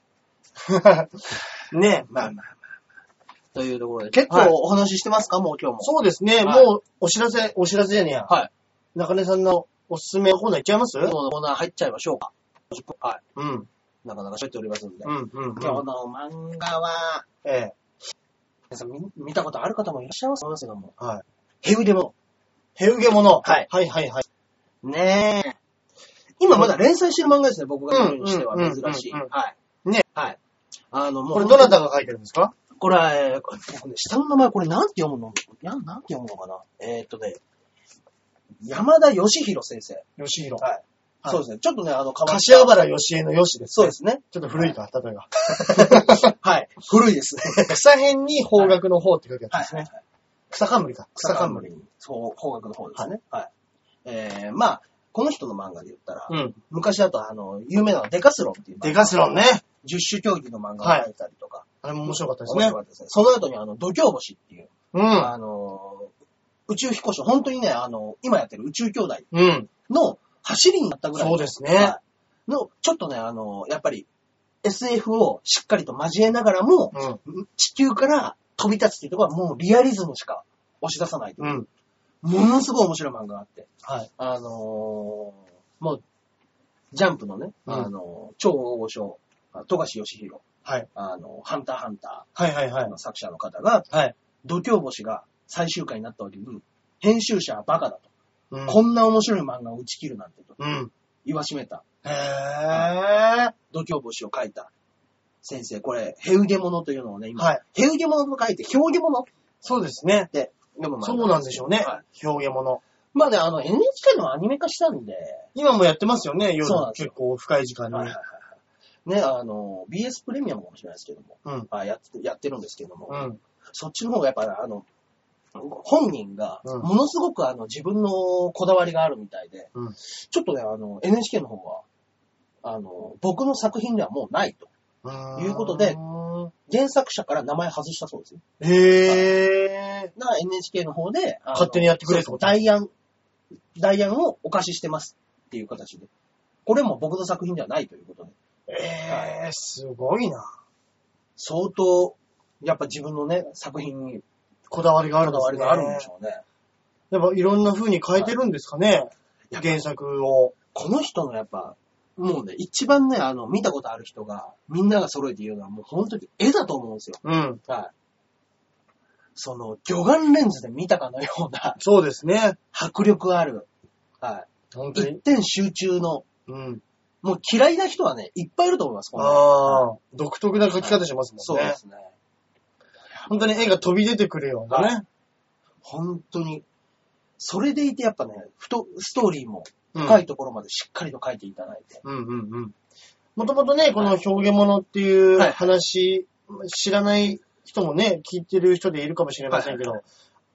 ねえ。 まあまあまあ。というところで。結構お話ししてますか、はい、もう今日も。 そうですね。はい、もうお知らせ、お知らせじゃねえや。 はい。 中根さんのおすすめのコーナーいっちゃいます？ 今日のコーナー入っちゃいましょうか。はい。 うん。 なかなか喋っておりますんで。 うんうんうん、 今日の漫画は、ええ。皆さん 見, 見たことある方もいらっしゃいますと思いますけども。 はい。 ヘウゲモノ。 ヘウゲモノ。 はい。 はいはいはい。 ねえ。今まだ連載してる漫画ですね、僕が見るにしては珍しい。はい。 ね。 はい。あの、もう。 これどなたが書いてるんですか？ これは、えー、僕ね、下の名前これなんて読むのななんて読むのかなえー、っとね、山田義弘先生。 義弘。 はい。はい、そうですね。ちょっとね、あの、 柏原義恵の義です、ね。 そうですね。 ちょっと古いか、例えば。 はい。古いですね。 草辺に方角の方って書くやつですね。はいはいはい、草冠か。 草冠に。そう、方角の方ですね。はい。はい、えー、まあ、この人の漫画で言ったら、うん、昔だと、あの、有名なのはデカスロンっていう。 デカスロンね。 十種競技の漫画を書いたりとか。はい、 あれも面白かったですね。 面白かったですね。その後に、あの、度胸星っていう。 うん。 あの、宇宙飛行士、本当にね、あの、今やってる宇宙兄弟の走りになったぐらい、 うん。そうですね。 の、ちょっとね、あの、やっぱり エスエフ をしっかりと交えながらも、うん、地球から飛び立つっていうところはもうリアリズムしか押し出さないという。うん、ものすごい面白い漫画があって。 はい。 あのー、もう、ジャンプのね、うん、あの、超大御所、富樫義弘。 はい。 あの、ハンターハンター。はいはいはい。 の作者の方が、 はい。 度胸星が最終回になった時に、編集者はバカだと。うん、こんな面白い漫画を打ち切るなんてと。 うん。 言わしめた。 へー。 度胸星を書いた先生。これ、ヘウゲモノというのをね、今。 はい。 ヘウゲモノと書いて、ヒョウゲモノ。 そうですね。 で、 そうなんでしょうね。 はい。 ヒョウゲモノ。 まあね、あの、エヌエイチケー のアニメ化したんで。 今もやってますよね、夜。そうなんですよ。結構深い時間に。はいはいはい。 ね、あの、ビーエス プレミアムかもしれないですけども。 うん。 あやって、やってるんですけども。 うん。 そっちの方がやっぱ、あの、本人が、ものすごくあの、自分のこだわりがあるみたいで、 うん、 ちょっとね、あの、エヌエイチケー の方は、あの、僕の作品ではもうないと。いうことで、原作者から名前外したそうですね。 へー。 だから エヌエイチケー の方で、 勝手にやってくれと。 代案、代案をお貸ししてますっていう形で。これも僕の作品ではないということで。 えー、すごいな。 相当、やっぱ自分のね、作品にこだわりがあるんですね。こだわりがあるんでしょうね。 やっぱいろんな風に変えてるんですかね。原作を。 この人のやっぱ、もうね、一番ね、あの、見たことある人が、みんなが揃えて言うのは、もう本当に絵だと思うんですよ。 うん。 はい。その、魚眼レンズで見たかのような。 そうですね。 迫力ある。はい。 本当に。 一点集中の。 うん。 もう嫌いな人はね、いっぱいいると思います。 ああ、はい、独特な描き方しますもんね。 そうですね。 本当に絵が飛び出てくるようなね。はい、 本当に。それでいてやっぱね、ふと、ストーリーも深いところまでしっかりと書いていただいて。 うんうんうん。もともとね、この表現物っていう話、はい、知らない人もね、聞いてる人でいるかもしれませんけど、はいはいはい、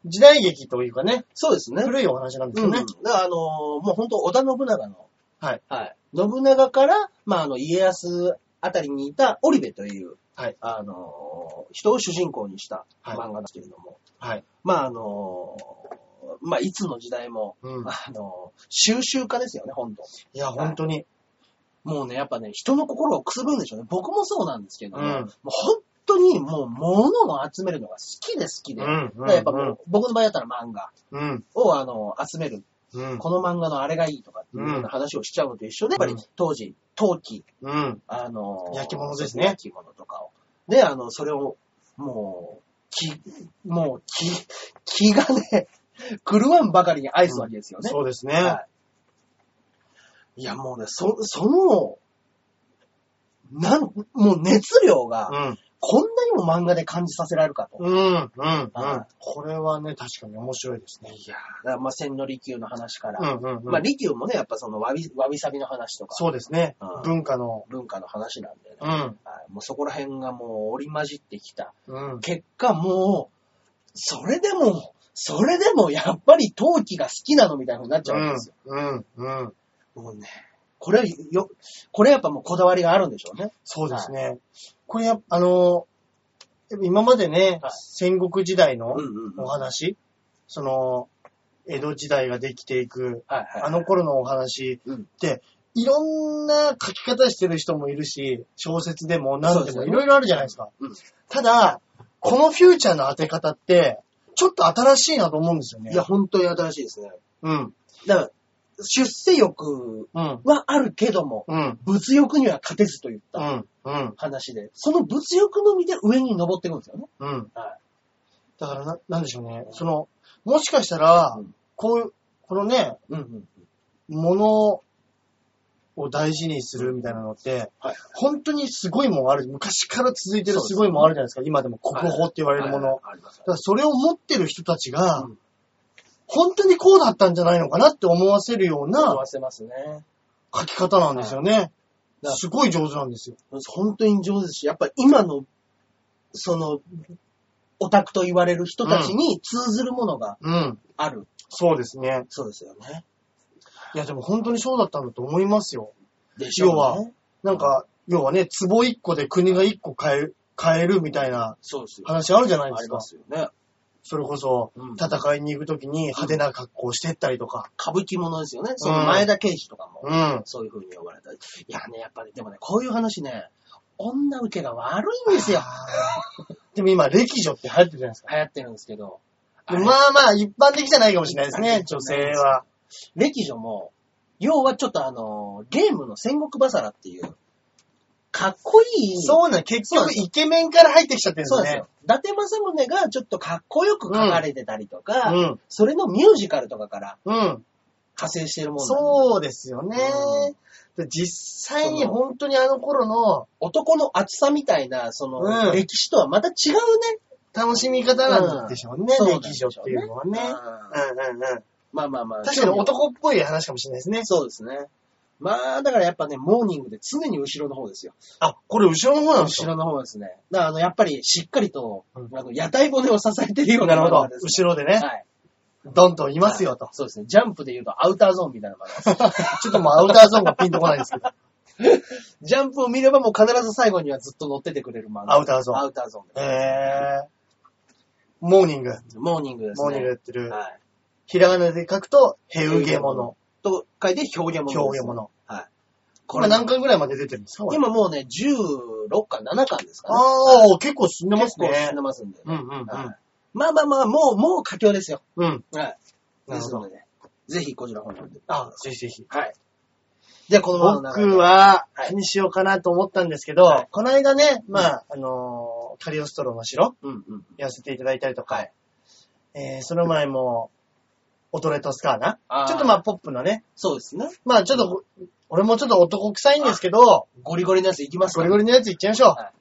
時代劇というかね。 そうですね。 古いお話なんですよね。うん、 だからあのー、もう本当織田信長の。 はい。 はい。信長から、まあ、あの、家康あたりにいた織部という、 はい。 あのー、人を主人公にした漫画ですけれども。 はい。 まあ、あのー、まあ、いつの時代も、うん、あのー、収集家ですよね、本当。 いや、本当に。 もうね、やっぱね、人の心をくすぶるんでしょうね。僕もそうなんですけども、うん、もう本当にもう物を集めるのが好きで好きで。うんうんうん、やっぱもう僕の場合だったら漫画を、あの集める、うん。この漫画のあれがいいとかっていうような話をしちゃうのと一緒で、やっぱり当時、陶器、 うん、 あの焼き物ですね。 焼き物とかを。で、あの、それを、もう、気、もう気、気がね、狂わんばかりに愛すわけですよね。 うん、そうですね。はいいや、もうね、そ、その、なん、もう熱量が、うん、こんなにも漫画で感じさせられるかと。 うん、うん、うん。これはね、確かに面白いですね。 いやー、まあ、千利休の話から、 うんうんうん、 まあ、利休もね、やっぱそのわび、わびさびの話とか。 そうですね。うん、文化の。 文化の話なんでね。 うん、 もうそこら辺がもう織り交じってきた。 うん、 結果もう、それでも、それでもやっぱり陶器が好きなのみたいな風になっちゃうんですよ。 うん、うん、うん。 もうね、これはよ、これやっぱもうこだわりがあるんでしょうね。 そうですね。はい、これや、あの、今までね、はい、戦国時代のお話、うんうんうん、その、江戸時代ができていく、 はいはいはい、 あの頃のお話って、うん、いろんな書き方してる人もいるし、小説でも何でもいろいろあるじゃないですか。 うん、 ただ、このフューチャーの当て方って、ちょっと新しいなと思うんですよね。 いや、本当に新しいですね。 うん。 だから、出世欲はあるけども、 うん、 物欲には勝てずといった話で、うんうん、その物欲のみで上に登っていくんですよね。 うん。 はい、 だからな、なんでしょうね。その、もしかしたら、うん、こういう、このね、 うんうんうん、 ものを大事にするみたいなのって、 はい、 本当にすごいもんある。昔から続いてるすごいもんあるじゃないですか。今でも国宝って言われるもの。だからそれを持ってる人たちが、うん、本当にこうだったんじゃないのかなって思わせるような思わせますね。 書き方なんですよね。すごい上手なんですよ。 本当に上手ですし、やっぱり今の、その、オタクと言われる人たちに通ずるものがある。 うんうん、そうですね。 そうですよね。 いやでも本当にそうだったんだと思いますよ。 でしょうね。 要は、なんか、要はね、壺一個で国が一個変える、変えるみたいな話あるじゃないですか。 ありますよね。 それこそ、戦いに行くときに派手な格好をしてったりとか。 歌舞伎者ですよね。その前田慶次とかも、 うん、 そういう風に呼ばれたり。いやね、やっぱりでもね、こういう話ね、女受けが悪いんですよ。 でも今、歴女って流行ってるじゃないですか。 流行ってるんですけど。 まあまあ、一般的じゃないかもしれないですね、女性は。 歴女も、要はちょっとあの、ゲームの戦国バサラっていう、かっこいい。 そうな、結局イケメンから入ってきちゃってるんですね。そうですよ。 伊達政宗がちょっとかっこよく書かれてたりとか、 うん、 それのミュージカルとかから派生してるもんなんで、 そうですよね。うん、実際に本当にあの頃の男の厚さみたいな、その、うん、歴史とはまた違うね。 楽しみ方なんでしょうね、うん、歴女っていうのはね。うんうんうん。まあまあまあ。 確かに男っぽい話かもしれないですね。 そうですね。まあ、だからやっぱね、モーニングで常に後ろの方ですよ。 あ、これ後ろの方なんですか？ 後ろの方ですね。だからあの、やっぱりしっかりと、うん、あの、屋台骨を支えてるような、 ね。なるほど。後ろでね。 はい。 ドンといますよと、 はい。そうですね。ジャンプで言うとアウターゾーンみたいなものです。 ちょっともうアウターゾーンがピンとこないですけど。 ジャンプを見ればもう必ず最後にはずっと乗っててくれる漫画。 アウターゾーン。 アウターゾーンです。 へー。モーニング。 モーニングですね。 モーニングやってる。 はい。 ひらがなで書くと、へうげもの。 と書いて表現もの。 表現もの。 はい。 これ何巻ぐらいまで出てるんですか？ 今もうね、じゅうろっかん、ななかんですかね。 ああ、結構進んでますね。 結構進んでますんで、ね。 うんうんうん。はい、 まあまあまあ、もう、もう佳境ですよ。 うん。 はい。ですのでね。ぜひこちらの方に読んで。 あ、ぜひぜひ。 はい。じゃあこのまま僕は、何しようかなと思ったんですけど、はい、この間ね、まあ、あのー、カリオストロの城、 うんうん、 やらせていただいたりとか、 はい、 えー、その前も、オトレトスカーナ。ちょっとまあ、ポップのね。 そうですね。 まあ、ちょっと、俺もちょっと男臭いんですけど、 ゴリゴリのやついきますか？ ゴリゴリのやついっちゃいましょう。はい、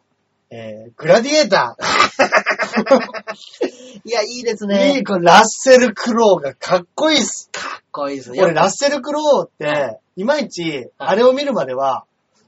えー、グラディエーター。 いや、いいですね。 いい、これラッセル・クロウがかっこいいっす。 かっこいいですね。 俺、ラッセル・クロウって、いまいち、あれを見るまでは、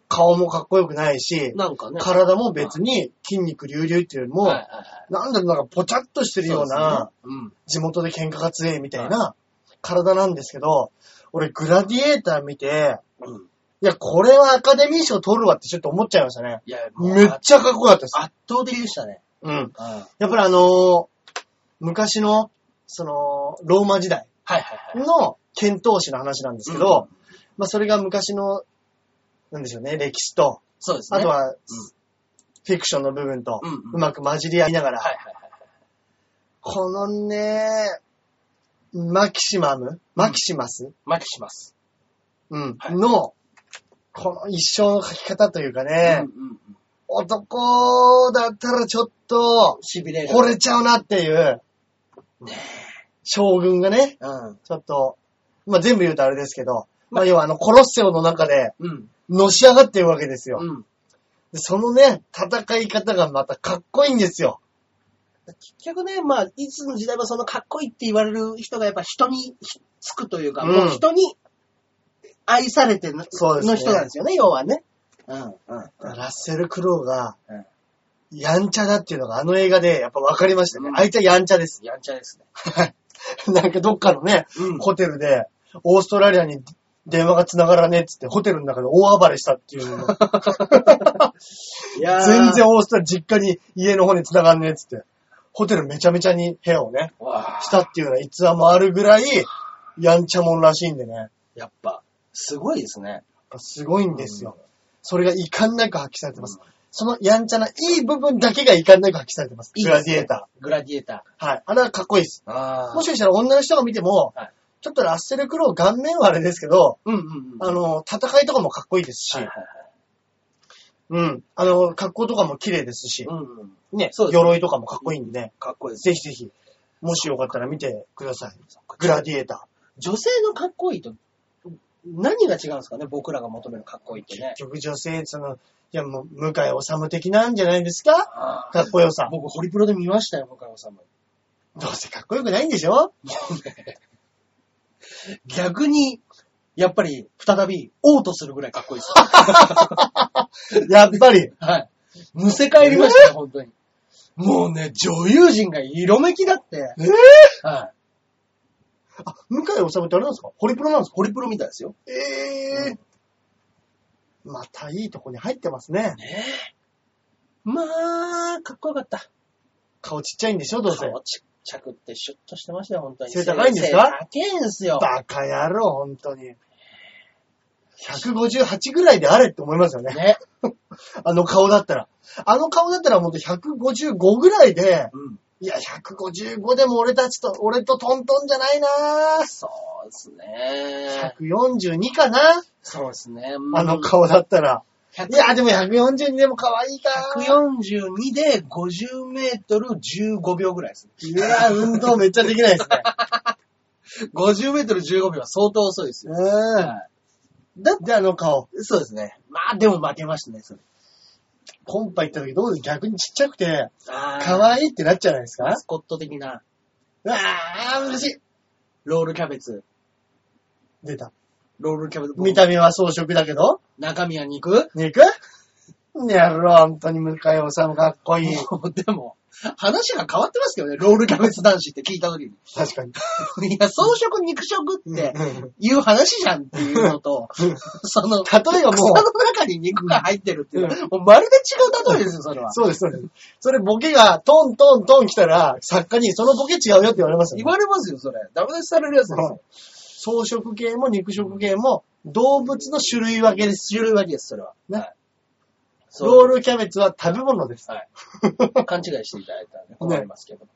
顔もかっこよくないし、 なんかね。 体も別に筋肉隆々っていうよりも、はいはいはい、なんだろう、なんかぽちゃっとしてるような、うねうん、地元で喧嘩が強いみたいな体なんですけど、俺グラディエーター見て、うん、いや、これはアカデミー賞取るわってちょっと思っちゃいましたね。いやめっちゃかっこよかったです。 圧倒的でしたね。 うん。うん、やっぱりあのー、昔の、その、ローマ時代の剣闘士の話なんですけど、うん、まあそれが昔の、なんでしょうね、歴史と、 そうですね。 あとは、うん、フィクションの部分と、うまく混じり合いながら、はいはいはい、このね、マキシマムマキシマス、 うん、マキシマス。 うん。はい、の、この一生の書き方というかね、うんうんうん、男だったらちょっと、惚れちゃうなっていう、ね、将軍がね、うん、ちょっと、まあ、全部言うとあれですけど、まあ、要はあの、コロッセオの中で、のし上がってるわけですよ。うん、でそのね、戦い方がまたかっこいいんですよ。 結局ね、まあ、いつの時代もそのかっこいいって言われる人がやっぱ人につくというか、うん、もう人に愛されて の,、ね、の人なんですよね、要はね。うんうんうん、 ラッセル・クロウが、やんちゃだっていうのがあの映画でやっぱ分かりましたね。うん、あいつはやんちゃです。 やんちゃですね。 はい。なんかどっかのね、うん、ホテルで、オーストラリアに電話が繋がらねえっつって、ホテルの中で大暴れしたっていうの。いや全然オーストラリア、実家に家の方に繋がんねえっつって、ホテルめちゃめちゃに部屋をね、したっていうような逸話もあるぐらい、やんちゃもんらしいんでね。 やっぱ、すごいですね。 すごいんですよ。うん、それが遺憾なく発揮されてます。うん、そのやんちゃないい部分だけが遺憾なく発揮されてます。いいグラディエーター。 グラディエーター。 はい。あれはかっこいいです。あもしかしたら女の人が見ても、はい、ちょっとラッセル・クロウ顔面はあれですけど、うんうんうん、あの、戦いとかもかっこいいですし、はいはいはい、うん。あの、格好とかも綺麗ですし、うんうん、ね、そうですね、鎧とかもかっこいいんで、 かっこいいです。 ぜひぜひ、もしよかったら見てください。グラディエーター。 女性のかっこいいと、何が違うんですかね、僕らが求めるかっこいいってね。 結局女性、その、いやもう、向井治的なんじゃないですか、かっこよさ。 僕、ホリプロで見ましたよ、向井治。 どうせかっこよくないんでしょもうね。 逆に、やっぱり、再び、嘔吐するぐらいかっこいいですよ。やっぱり。 はい。むせ返りましたよ、本当に。もうね、女優陣が色めきだって。 えぇ、ー、はい。あ、向井治ってあれなんですか？ホリプロなんですか？ ホリプロみたいですよ。 ええーうん。またいいとこに入ってますね。 ねえ。まあ、かっこよかった。 顔ちっちゃいんでしょ、どうせ。 顔ちっちゃくってシュッとしてましたよ、本当に。 背高いんですか？ 背高いんですよ。 バカ野郎、本当に。ひゃくごじゅうはちぐらいであれって思いますよね。ね。あの顔だったら。あの顔だったらもっとひゃくごじゅうごぐらいで、うん、いや、ひゃくごじゅうごでも俺たちと、俺とトントンじゃないなぁ。 そうですね。 ひゃくよんじゅうにかな？ そうですね。 あの顔だったら。いや、でもひゃくよんじゅうにでも可愛いか。 ひゃくよんじゅうにでごじゅうメートルじゅうごびょうぐらいですね。 いや、運動めっちゃできないですね。 ごじゅうメートルじゅうごびょうは相当遅いですよ。うん。 だってあの顔。 そうですね。まあでも負けましたね、それ。 コンパ行った時どうで逆にちっちゃくて、可愛いってなっちゃうじゃないですか。 マスコット的な。 うわー、嬉しい。 ロールキャベツ。 出た。 ロールキャベツ。 見た目は装飾だけど中身は肉肉やろ、本当に向井治かっこいい。 でも、話が変わってますけどね、ロールキャベツ男子って聞いた時に。 確かに。 いや、装飾肉食っていう話じゃんっていうのと、その、 例えばもう、 草の中に肉が入ってるっていうのは、もうまるで違う例えですよ、それは。 そうです、そうです。それボケがトントントン来たら、作家にそのボケ違うよって言われますよ、 ね。言われますよ、それ。ダメ出しされるやつですよ。 装飾系も肉食系も動物の種類分けです。 種類分けです、それは。ね。はい、 ロールキャベツは食べ物です。はい。 勘違いしていただいたらね、困りますけど。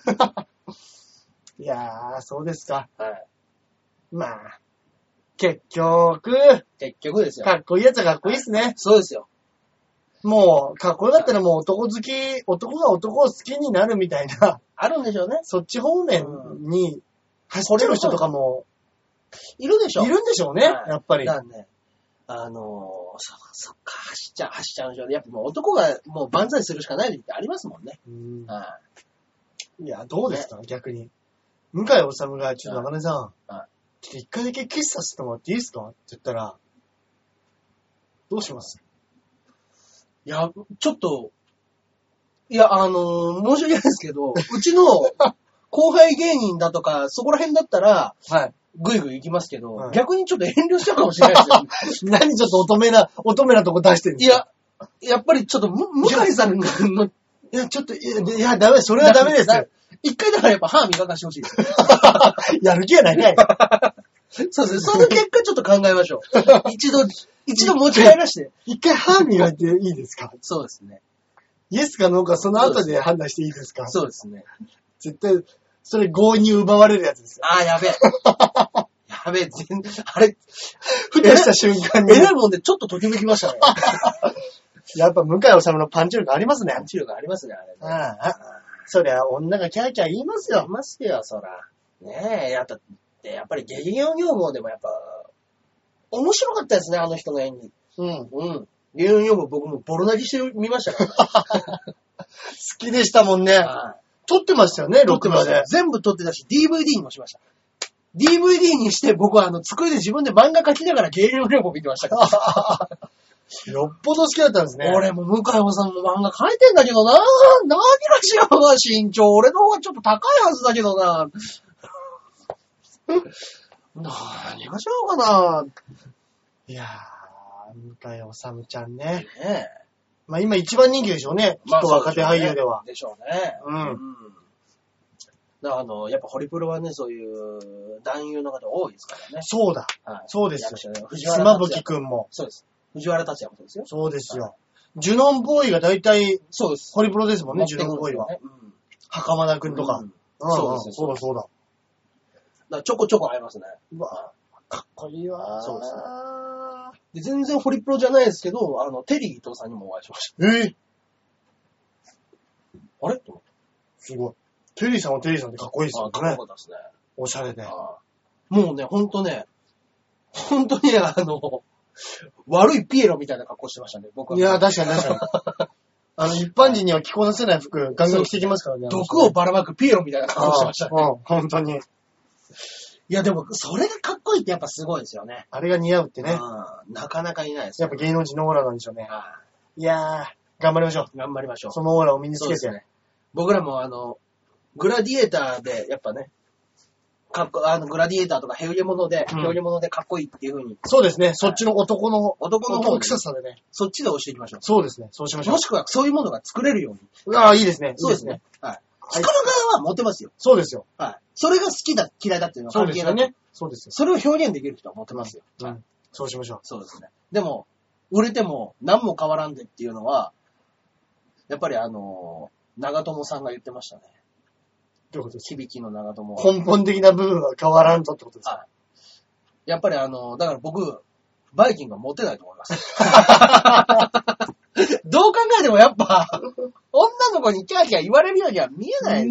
いやー、そうですか。 はい。 まあ、結局、 結局ですよ。 かっこいいやつはかっこいいっすね。はい、 そうですよ。 もう、かっこよかったらもう男好き、男が男を好きになるみたいな。 あるんでしょうね。 そっち方面に走ってる人とかも、 いるでしょ。 いるんでしょうね、はい、やっぱり。 なんで、あのー、そ、そっか、走っちゃう、走っちゃうんでしょうね。やっぱもう男がもう万歳するしかない時ってありますもんね。うん。はい。 いや、どうですか、ね、逆に。向井治が、ちょっと中根さん、はい、ちょっと一回だけキスさせてもらっていいですかって言ったら、 どうします？ いや、ちょっと、いや、あのー、申し訳ないですけど、うちの後輩芸人だとか、そこら辺だったら、はい。ぐいぐい行きますけど、はい、逆にちょっと遠慮しちゃうかもしれないですよ、ね。 何ちょっと乙女な、乙女なとこ出してるんですか？ いや、やっぱりちょっと、む、向井さんの、いや、ちょっと、いや、いやダメ、それはダメですよ。 一回だからやっぱ歯磨かしてほしいです。 やる気はないかい。 そうですね。その結果ちょっと考えましょう。一度、一度持ち帰らして。 一回歯磨いていいですか？ そうですね。 イエスかノーかその後で判断していいですか？ そうですね。 絶対、それ強引に奪われるやつですよ。 ああ、やべえ。やべえ、全然、あれ、 ふとした瞬間に。 えらいもんでちょっとときめきましたね。 やっぱ向井治のパンチ力ありますね。 パンチ力ありますね、あれね。 ああ。そりゃ女がキャーキャー言いますよ。 言いますよ、そら。ねえ、やっぱ、やっぱりゲゲゲの女房でもやっぱ、面白かったですね、あの人の演技。うん。うん。ゲゲゲの女房僕もボロ泣きして見ましたから。 好きでしたもんね。撮ってましたよね、録画で。 全部撮ってたし、ディーブイディー にもしました。ディーブイディー にして僕はあの、机で自分で漫画描きながらゲゲゲの女房見てましたから。 よっぽど好きだったんですね。 俺も向井さんも漫画描いてんだけどな。何がしような、身長。俺の方がちょっと高いはずだけどな。何がしようかな。 いやー、向井治ちゃんね。 ねえ。 まあ今一番人気でしょうね。きっと若手俳優では。 でしょうね。うん。うん、だからあの、やっぱホリプロはね、そういう男優の方多いですからね。 そうだ。はい、そうですよ。 藤原妻夫木くんも。 そうです。藤原達也もそうですよ。 そうですよ。ジュノンボーイが大体、 そうです。 ホリプロですもんね、ジュノンボーイは。うん、袴田くんとか。うん、 そうですね。 そうだそうだ。だからちょこちょこ会いますね。 うわかっこいいわー。 そうですね。で、全然ホリプロじゃないですけど、あの、テリー伊藤さんにもお会いしました。 えー、あれと思った。 すごい。テリーさんはテリーさんでかっこいいですよね。 かっこよかったですね。 おしゃれで。 もうね、ほんとね、ほんとにあの、悪いピエロみたいな格好してましたね、僕は。 いや、確かに確かに。あの、一般人には着こなせない服、ガンガン着てきますからね。 毒をばらまくピエロみたいな格好してましたね。 うん、ほんとに。 いや、でも、それがかっこいいってやっぱすごいですよね。 あれが似合うってね。 うん、なかなかいないです、ね。 やっぱ芸能人のオーラなんでしょうね。いやー、頑張りましょう。 頑張りましょう。 そのオーラを身につけて。ね、 僕らもあの、グラディエーターで、やっぱね、かっこ、あの、グラディエーターとかヘウゲモノで、ヘウゲモノでかっこいいっていう風に。 そうですね。そっちの男の、 男の男臭さでね。 そっちで押していきましょう。 そうですね。そうしましょう。 もしくはそういうものが作れるように。 ああ、いいですね。 そうですね。はい。作る側はモテますよ。 そうですよ。 はい。それが好きだ、嫌いだっていうのは関係ない。 そうですよね。そうですよ。 それを表現できる人はモテますよ。 うん。そうしましょう。 そうですね。でも、売れても何も変わらんでっていうのは、やっぱりあの、長友さんが言ってましたね。 どういうことですか？ 響きの長友は。 根本的な部分は変わらんとってことですか？はい。 やっぱりあの、だから僕、バイキングはモテないと思います。どう考えてもやっぱ、女の子にキャーキャー言われるようには見えないです。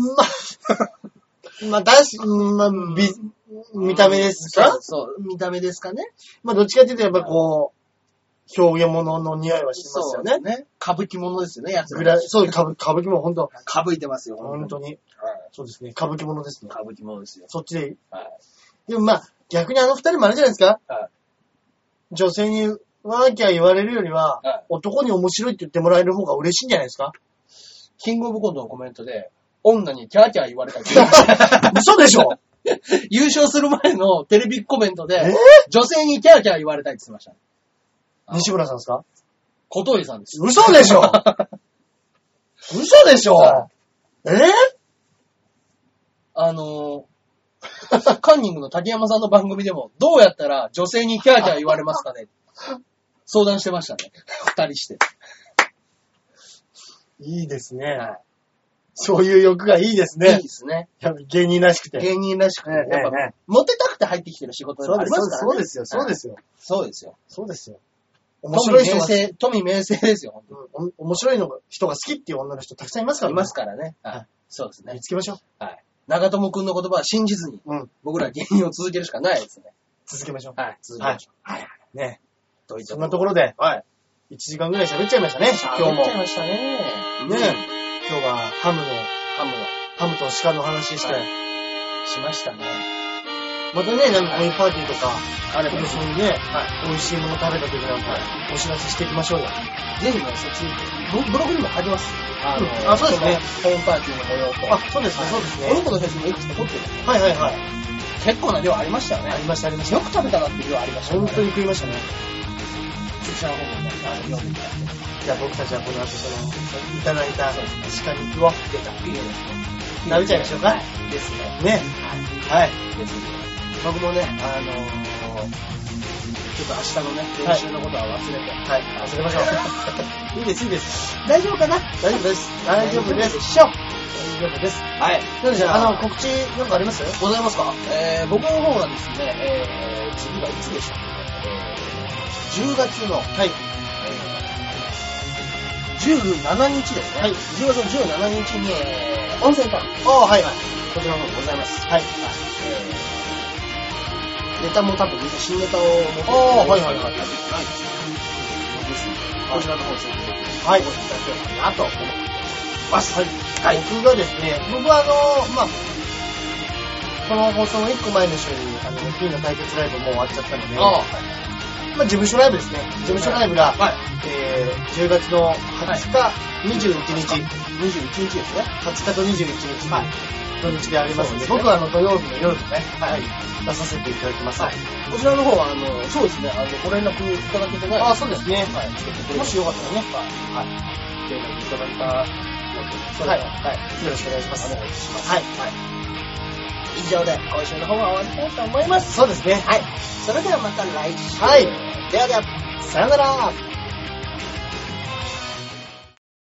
まあ、まあ、確かに、まあ、美、見た目ですか？ そう、そう、見た目ですかね。 まあ、どっちかっていうとやっぱこう、表現物の匂いはしますよね。 そうね。歌舞伎物ですよね、やつら。そう、歌舞伎物、ほんと。 歌舞いてますよ、 ほんとに。そうですね。歌舞伎物ですね。 歌舞伎物ですよ。 そっちで。 はい。 でもまあ、逆にあの二人もあれじゃないですか？ はい。 女性にワーキャー言われるよりは、はい、男に面白いって言ってもらえる方が嬉しいんじゃないですか？ キングオブコントのコメントで、女にキャーキャー言われたって嘘でしょ？ 優勝する前のテレビコメントで、女性にキャーキャー言われたいって言ってましたね。 西村さんですか？ 小峠さんです。 嘘でしょ？嘘でしょ？えー、 あのー、カンニングの竹山さんの番組でも、どうやったら女性にキャーキャー言われますかね相談してましたね。二人して。 いいですね。はい、そういう欲がいいですね。 いいですね。 やっぱ芸人らしくて。 芸人らしくて。ね、やっぱ、ね、モテたくて入ってきてる仕事でありますからね。 そうですよ、そうですよ。 そうですよ。 そうですよ。面白い人が。 富名声ですよ、 本当に、うん。面白いのが人が好きっていう女の人たくさんいますからね。 いますからね。はい。そうですね。 見つけましょう。 はい。長友くんの言葉は信じずに、うん、僕ら芸人を続けるしかないですね。 続けましょう。 はい。続けましょう。 はい。はい。ね。 といったそんなところで、 はい。 いちじかんぐらい喋っちゃいましたね、今日も。 喋っちゃいましたね。 ね。今日はハムの、 ハムの、 ハムと鹿の話して、 はい、しましたね。 またね、なんかこういうパーティーとか、 あれば今年にね、美味しいもの食べた時なんか、お知らせしていきましょうよ。 ぜひね、そっち、ブログにも書いてます。あの、 あ、そうですね。 ホームパーティーの模様と。 あ、そうですね、そうですね。 お肉の写真もいくつか撮ってる。 はいはいはい。 結構な量ありましたよね。 ありましたありました。 よく食べたなっていう量ありましたね。 本当に食いましたね。 そちらの方もね、あの、読んでいただいて。 じゃあ僕たちはこの後その、いただいた鹿肉を、 出た。いいですね。 食べちゃいましょうか。 ですね。 ね。はい。 ですね。僕もね、あのー、ちょっと明日のね、練習のことは忘れて。 はい。忘れましょう。いいです、いいです。 大丈夫かな？ 大丈夫です。大丈夫です。 しょ。 大丈夫です。 はい。 なんでしょう、あの、告知なんかあります？ ございますか？えー、僕の方がですね、えー、次はいつでしょう？えー、じゅうがつの、はい。じゅうしちにちですね。はい。じゅうがつのじゅうしちにちに、えー、温泉タウン。 ああ、はいはい。 こちらの方ございます。 はい。 えー、ネタも多分みんな新ネタを持ってああ、はいはいはい。ないですね。ですので、こちらの方ぜひ、 はい。 ご覧いただければなと思ってます。はい。 はい。僕がですね、僕はあの、まあ、この放送のいっこまえの週に、あの、ピンの対決ライブもう終わっちゃったので、ああ、はい。まあ、事務所ライブですね。事務所ライブが、はい。えー、じゅうがつのはつか、にじゅういちにち。 にじゅういちにちですね。 はつかとにじゅういちにち。はい。土日でありますので、僕はあの土曜日の夜でね、はい。出させていただきます。はい。 こちらの方は、あの、そうですね、あの、ご連絡いただけてない。 あ、そうですね。はい。もしよかったらね、 はい。連絡いただいたので、それは、はい。 よろしくお願いします。 お願いします。 はい。 はい。以上で、今週の方は終わりたいと思います。 そうですね。 はい。それではまた来週。 はい。 ではでは、 さよなら。